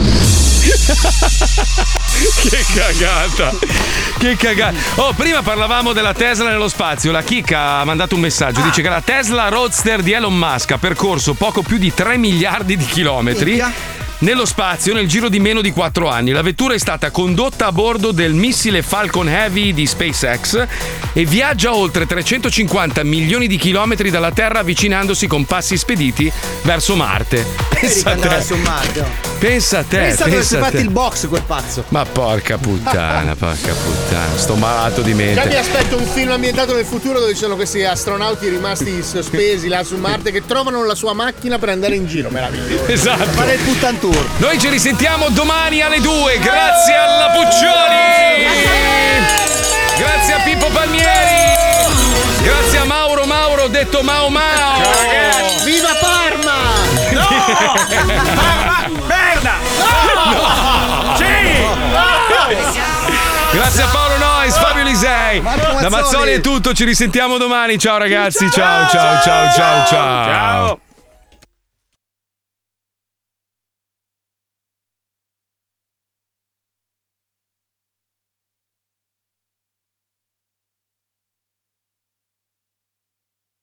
Che cagata. Oh, prima parlavamo della Tesla nello spazio. La Chicca ha mandato un messaggio. Dice che la Tesla Roadster di Elon Musk ha percorso poco più di 3 miliardi di chilometri nello spazio nel giro di meno di 4 anni. La vettura è stata condotta a bordo del missile Falcon Heavy di SpaceX e viaggia oltre 350 milioni di chilometri dalla Terra, avvicinandosi con passi spediti verso Marte. Pensa te. Su Marte. Pensa a te. Pensa dove si è fatto il box quel pazzo. Ma porca puttana, sto malato di mente. Già mi aspetto un film ambientato nel futuro dove ci sono questi astronauti rimasti sospesi là su Marte che trovano la sua macchina per andare in giro. Meraviglioso. Esatto. Fare il Puttan Tour. Noi ci risentiamo domani alle 2. Grazie alla Puccioni. Grazie a Pippo Palmieri. Grazie a Mauro detto Mao Mao. Viva Parma! No! Parma! Merda! No! Sì! Grazie a Paolo Nois, Fabio Lisei. Da Mazzoli è tutto, ci risentiamo domani. Ciao ragazzi, ciao. Ciao.